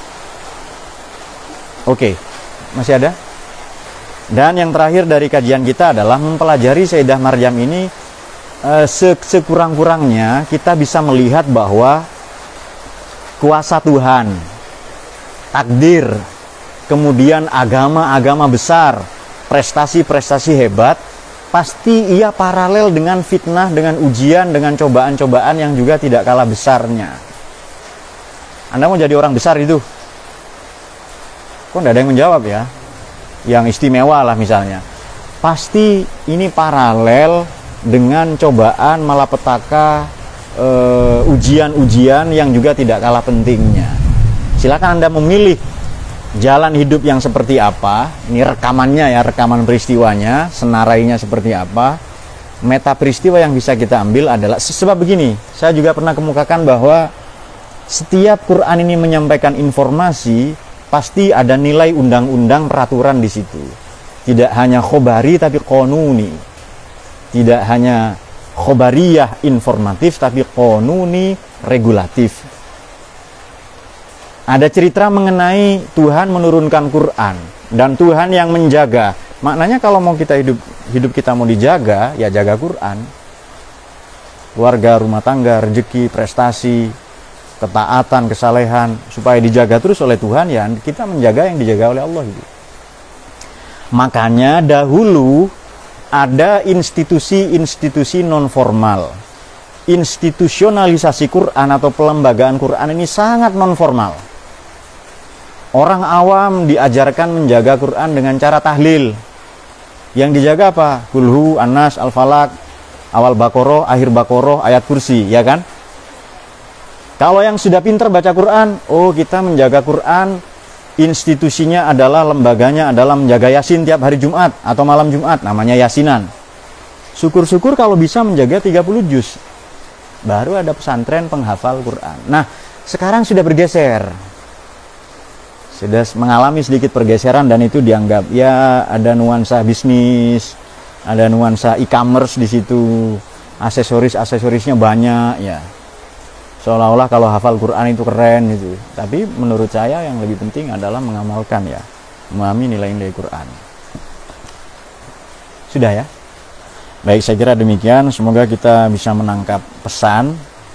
[SPEAKER 1] Oke. Masih ada? Dan yang terakhir dari kajian kita adalah mempelajari Sayyidah Maryam ini eh, sekurang-kurangnya kita bisa melihat bahwa kuasa Tuhan, takdir, kemudian agama-agama besar, prestasi-prestasi hebat, pasti ia paralel dengan fitnah, dengan ujian, dengan cobaan-cobaan yang juga tidak kalah besarnya. Anda mau jadi orang besar itu? Kok tidak ada yang menjawab ya? Yang istimewa lah misalnya. Pasti ini paralel dengan cobaan, malapetaka, ujian-ujian yang juga tidak kalah pentingnya. Silakan Anda memilih jalan hidup yang seperti apa. Ini rekamannya ya, rekaman peristiwanya, senarainya seperti apa. Meta peristiwa yang bisa kita ambil adalah, sebab begini, saya juga pernah kemukakan bahwa setiap Quran ini menyampaikan informasi, pasti ada nilai undang-undang peraturan di situ. Tidak hanya khobari tapi qonuni. Tidak hanya khobariyah informatif tapi qonuni regulatif. Ada cerita mengenai Tuhan menurunkan Quran dan Tuhan yang menjaga. Maknanya kalau mau kita hidup hidup kita mau dijaga, ya jaga Quran. Keluarga, rumah tangga, rezeki, prestasi, ketaatan, kesalehan, supaya dijaga terus oleh Tuhan, ya kita menjaga yang dijaga oleh Allah itu. Makanya dahulu ada institusi-institusi non formal. Institusionalisasi Quran atau pelembagaan Quran ini sangat non formal. Orang awam diajarkan menjaga Quran dengan cara tahlil. Yang dijaga apa? Kulhu, An-Nas, Al-Falaq, awal Baqarah, akhir Baqarah, ayat kursi, ya kan? Kalau yang sudah pintar baca Quran, oh kita menjaga Quran, institusinya adalah, lembaganya adalah menjaga Yasin tiap hari Jumat atau malam Jumat, namanya Yasinan. Syukur-syukur kalau bisa menjaga tiga puluh juz. Baru ada pesantren penghafal Quran. Nah, sekarang sudah bergeser. Sudah mengalami sedikit pergeseran dan itu dianggap ya ada nuansa bisnis, ada nuansa e-commerce di situ. Aksesoris-aksesorisnya banyak ya. Seolah-olah kalau hafal Quran itu keren gitu. Tapi menurut saya yang lebih penting adalah mengamalkan ya, memahami nilai-nilai Quran. Sudah ya? Baik, saya kira demikian. Semoga kita bisa menangkap pesan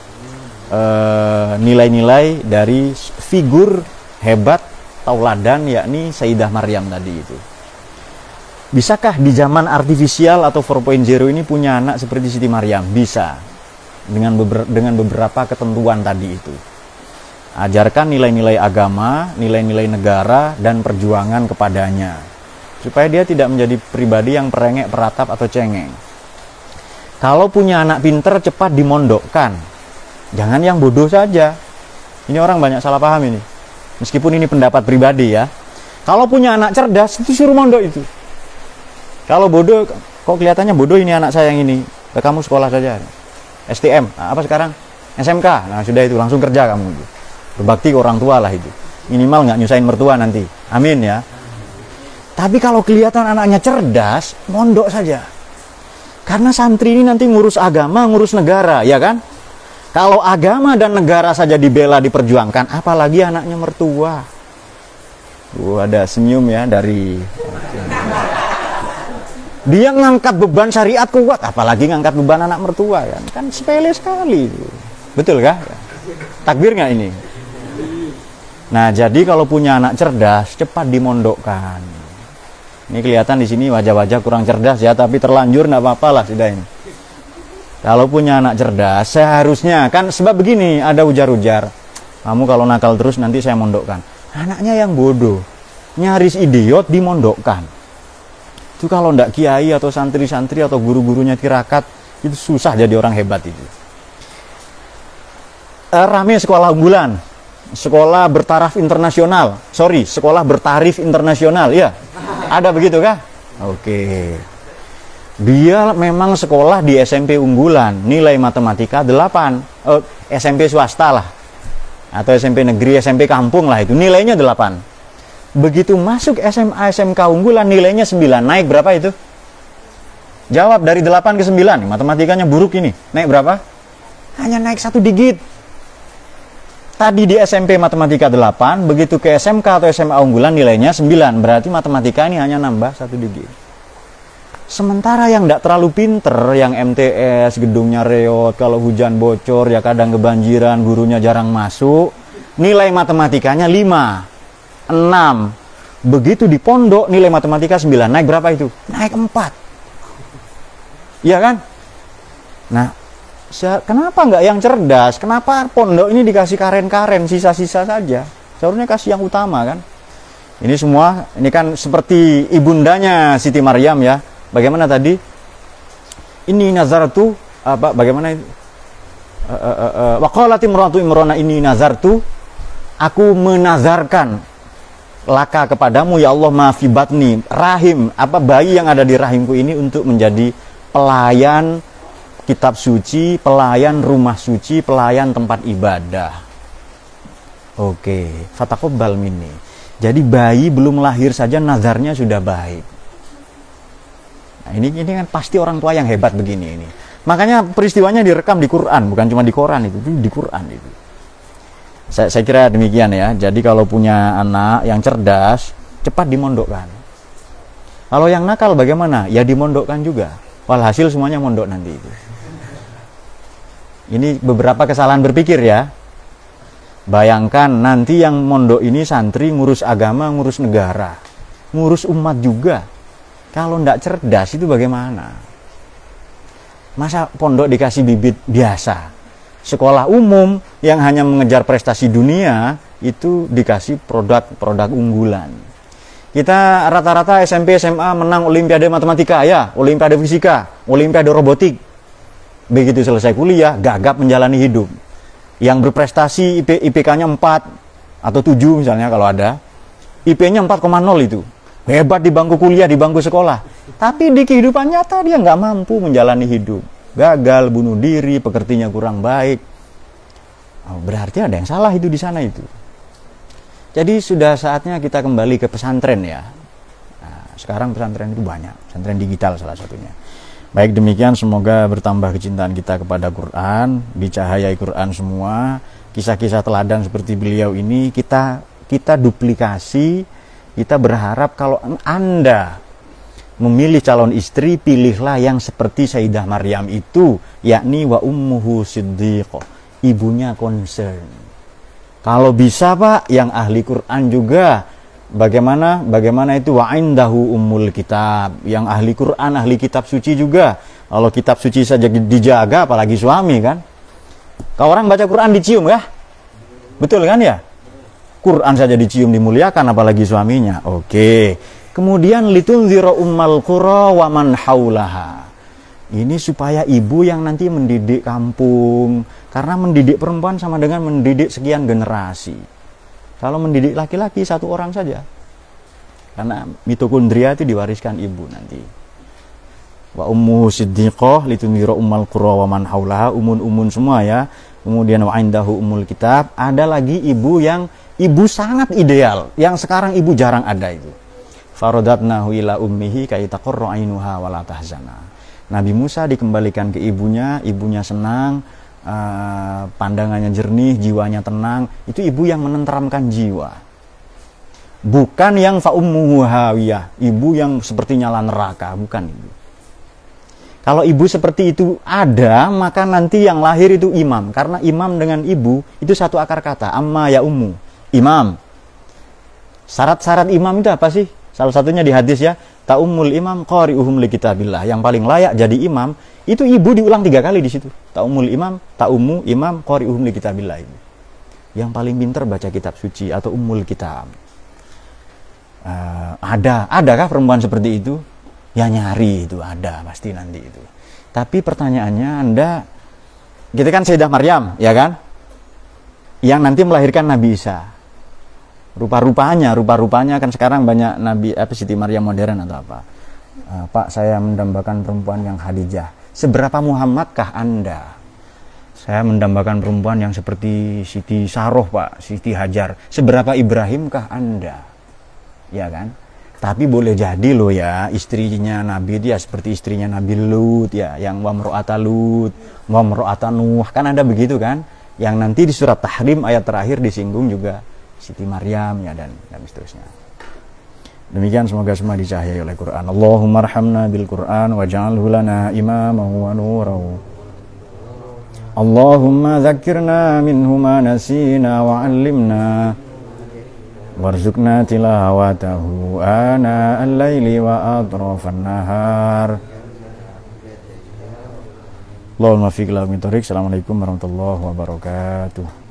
[SPEAKER 1] nilai-nilai uh, dari figur hebat tauladan yakni Sayyidah Maryam tadi itu. Bisakah di zaman artifisial atau empat titik nol ini punya anak seperti Siti Maryam? Bisa. Dengan beber, dengan beberapa ketentuan tadi itu. Ajarkan nilai-nilai agama, nilai-nilai negara dan perjuangan kepadanya. Supaya dia tidak menjadi pribadi yang perengek, peratap atau cengeng. Kalau punya anak pinter cepat dimondokkan. Jangan yang bodoh saja. Ini orang banyak salah paham ini. Meskipun ini pendapat pribadi ya. Kalau punya anak cerdas itu suruh mondok itu. Kalau bodoh, kok kelihatannya bodoh ini anak saya yang ini. Kamu sekolah saja. S T M, nah, apa sekarang? S M K. Nah sudah itu langsung kerja kamu. Berbakti ke orang tua lah itu. Minimal nggak nyusahin mertua nanti. Amin ya. Tapi kalau kelihatan anaknya cerdas, mondok saja. Karena santri ini nanti ngurus agama, ngurus negara, ya kan? Kalau agama dan negara saja dibela, diperjuangkan, apalagi anaknya mertua. Uh, ada senyum ya dari... Dia ngangkat beban syariat kuat, apalagi ngangkat beban anak mertua kan? Kan sepele sekali. Betul kah? Takbir nggak ini? Nah, jadi kalau punya anak cerdas, cepat dimondokkan. Ini kelihatan di sini wajah-wajah kurang cerdas ya, tapi terlanjur nggak apa-apa lah sudah ini. Kalau punya anak cerdas, seharusnya kan sebab begini, ada ujar-ujar. Kamu kalau nakal terus nanti saya mondokkan. Anaknya yang bodoh, nyaris idiot dimondokkan. Itu kalau ndak kiai atau santri-santri atau guru-gurunya tirakat, itu susah jadi orang hebat itu. E, rame sekolah unggulan, sekolah bertaraf internasional, sorry, sekolah bertarif internasional, ya, ada begitu kah? Oke. Dia memang sekolah di S M P unggulan, nilai matematika delapan, eh, S M P swasta lah, atau S M P negeri, S M P kampung lah itu, nilainya delapan. Begitu masuk S M A, S M K unggulan nilainya sembilan. Naik berapa itu? Jawab dari delapan ke sembilan. Matematikanya buruk ini. Naik berapa? Hanya naik satu digit. Tadi di S M P matematika delapan, begitu ke S M K atau S M A unggulan nilainya sembilan. Berarti matematika ini hanya nambah satu digit. Sementara yang tidak terlalu pinter, yang M T S, gedungnya reot, kalau hujan bocor, ya kadang kebanjiran, gurunya jarang masuk, nilai matematikanya lima. enam. Begitu di pondok nilai matematika sembilan. Naik berapa itu? Naik empat. Iya kan? Nah, kenapa nggak yang cerdas? Kenapa pondok ini dikasih karen-karen, sisa-sisa saja? Seharusnya kasih yang utama kan? Ini semua, ini kan seperti ibundanya Siti Maryam ya. Bagaimana tadi? Ini nazartu, apa? Bagaimana itu? Wa qalat imratu imrana ini nazartu, aku menazarkan laka kepadamu ya Allah maafi batni, rahim, apa bayi yang ada di rahimku ini untuk menjadi pelayan kitab suci, pelayan rumah suci, pelayan tempat ibadah. Oke, fataqabbal minni. Jadi bayi belum lahir saja nazarnya sudah baik. Nah, ini ini kan pasti orang tua yang hebat begini ini. Makanya peristiwanya direkam di Quran, bukan cuma di Quran itu, di Quran itu. Saya, saya kira demikian ya. Jadi kalau punya anak yang cerdas, cepat dimondokkan. Kalau yang nakal bagaimana? Ya dimondokkan juga. Walhasil semuanya mondok nanti itu. Ini beberapa kesalahan berpikir ya. Bayangkan nanti yang mondok ini santri ngurus agama, ngurus negara, ngurus umat juga. Kalau ndak cerdas itu bagaimana? Masa pondok dikasih bibit biasa? Sekolah umum yang hanya mengejar prestasi dunia itu dikasih produk-produk unggulan. Kita rata-rata S M P, S M A menang olimpiade matematika ya, olimpiade fisika, olimpiade robotik. Begitu selesai kuliah, gagap menjalani hidup. Yang berprestasi I P K-nya empat atau tujuh misalnya kalau ada, I P-nya empat koma nol itu. Hebat di bangku kuliah, di bangku sekolah. Tapi di kehidupan nyata dia nggak mampu menjalani hidup. Gagal, bunuh diri, pekertinya kurang baik. Oh, berarti ada yang salah itu di sana itu. Jadi sudah saatnya kita kembali ke pesantren ya. Nah, sekarang pesantren itu banyak, pesantren digital salah satunya. Baik demikian, semoga bertambah kecintaan kita kepada Quran, dicahayai Quran semua. Kisah-kisah teladan seperti beliau ini kita kita duplikasi. Kita berharap kalau Anda memilih calon istri, pilihlah yang seperti Sayyidah Maryam itu, yakni wa ummuhu siddiqah, ibunya concern. Kalau bisa Pak, yang ahli Quran juga. Bagaimana? Bagaimana itu wa indahu ummul kitab, yang ahli Quran, ahli kitab suci juga. Kalau kitab suci saja dijaga, apalagi suami kan? Kalau orang baca Quran dicium ya? Betul kan ya? Quran saja dicium dimuliakan, apalagi suaminya. Oke. Kemudian litunzira ummal qura wa man haulaha. Ini supaya ibu yang nanti mendidik kampung. Karena mendidik perempuan sama dengan mendidik sekian generasi. Kalau mendidik laki-laki satu orang saja. Karena mitokondria itu diwariskan ibu nanti. Wa ummuhu siddiqah litunzira ummal qura wa man haulaha, umun-umun semua ya. Kemudian wa indahu ummul kitab, ada lagi ibu yang ibu sangat ideal, yang sekarang ibu jarang ada itu. Faradatnahu ila ummihi kay taqarra ainuha wa la tahzana. Nabi Musa dikembalikan ke ibunya, ibunya senang, uh, pandangannya jernih, jiwanya tenang. Itu ibu yang menenteramkan jiwa. Bukan yang fa ummuhu hawiyah, ibu yang seperti nyala neraka, bukan ibu. Kalau ibu seperti itu ada, maka nanti yang lahir itu imam. Karena imam dengan ibu itu satu akar kata, amma ya ummu, imam. Syarat-syarat imam itu apa sih? Salah satunya di hadis ya, ta'ummul imam qari'uhum li kitabillah. Yang paling layak jadi imam itu ibu, diulang tiga kali di situ. Ta'ummul imam, ta'ummu imam qari'uhum li kitabillah itu. Yang paling pintar baca kitab suci atau ummul kitab. Uh, ada, adakah perempuan seperti itu? Ya nyari itu ada pasti nanti itu. Tapi pertanyaannya, Anda, kita kan Sayyidah Maryam, ya kan? Yang nanti melahirkan Nabi Isa. Rupa-rupanya, rupa-rupanya kan sekarang banyak Nabi apa Siti Maryam modern atau apa. Uh, Pak, saya mendambakan perempuan yang Khadijah. Seberapa Muhammadkah Anda? Saya mendambakan perempuan yang seperti Siti Saroh, Pak, Siti Hajar. Seberapa Ibrahimkah Anda? Ya kan? Tapi boleh jadi loh ya, istrinya Nabi dia seperti istrinya Nabi Lut ya, yang wa mro'ata Lut, wa mro'ata Nuh, kan ada begitu kan? Yang nanti di surat Tahrim ayat terakhir disinggung juga Siti Maryam ya, dan dan seterusnya. Demikian, semoga semua dicahayai oleh Quran. Allahumma arhamna bil Quran waj'alhu lana imaman wa nuran. Allahumma dzakkirna minhu ma nasina wa 'allimna warzuqna tilawatahu ana al-laili wa atrafan nahar. Allahumma fiqh la min tariq. Assalamualaikum warahmatullahi wabarakatuh.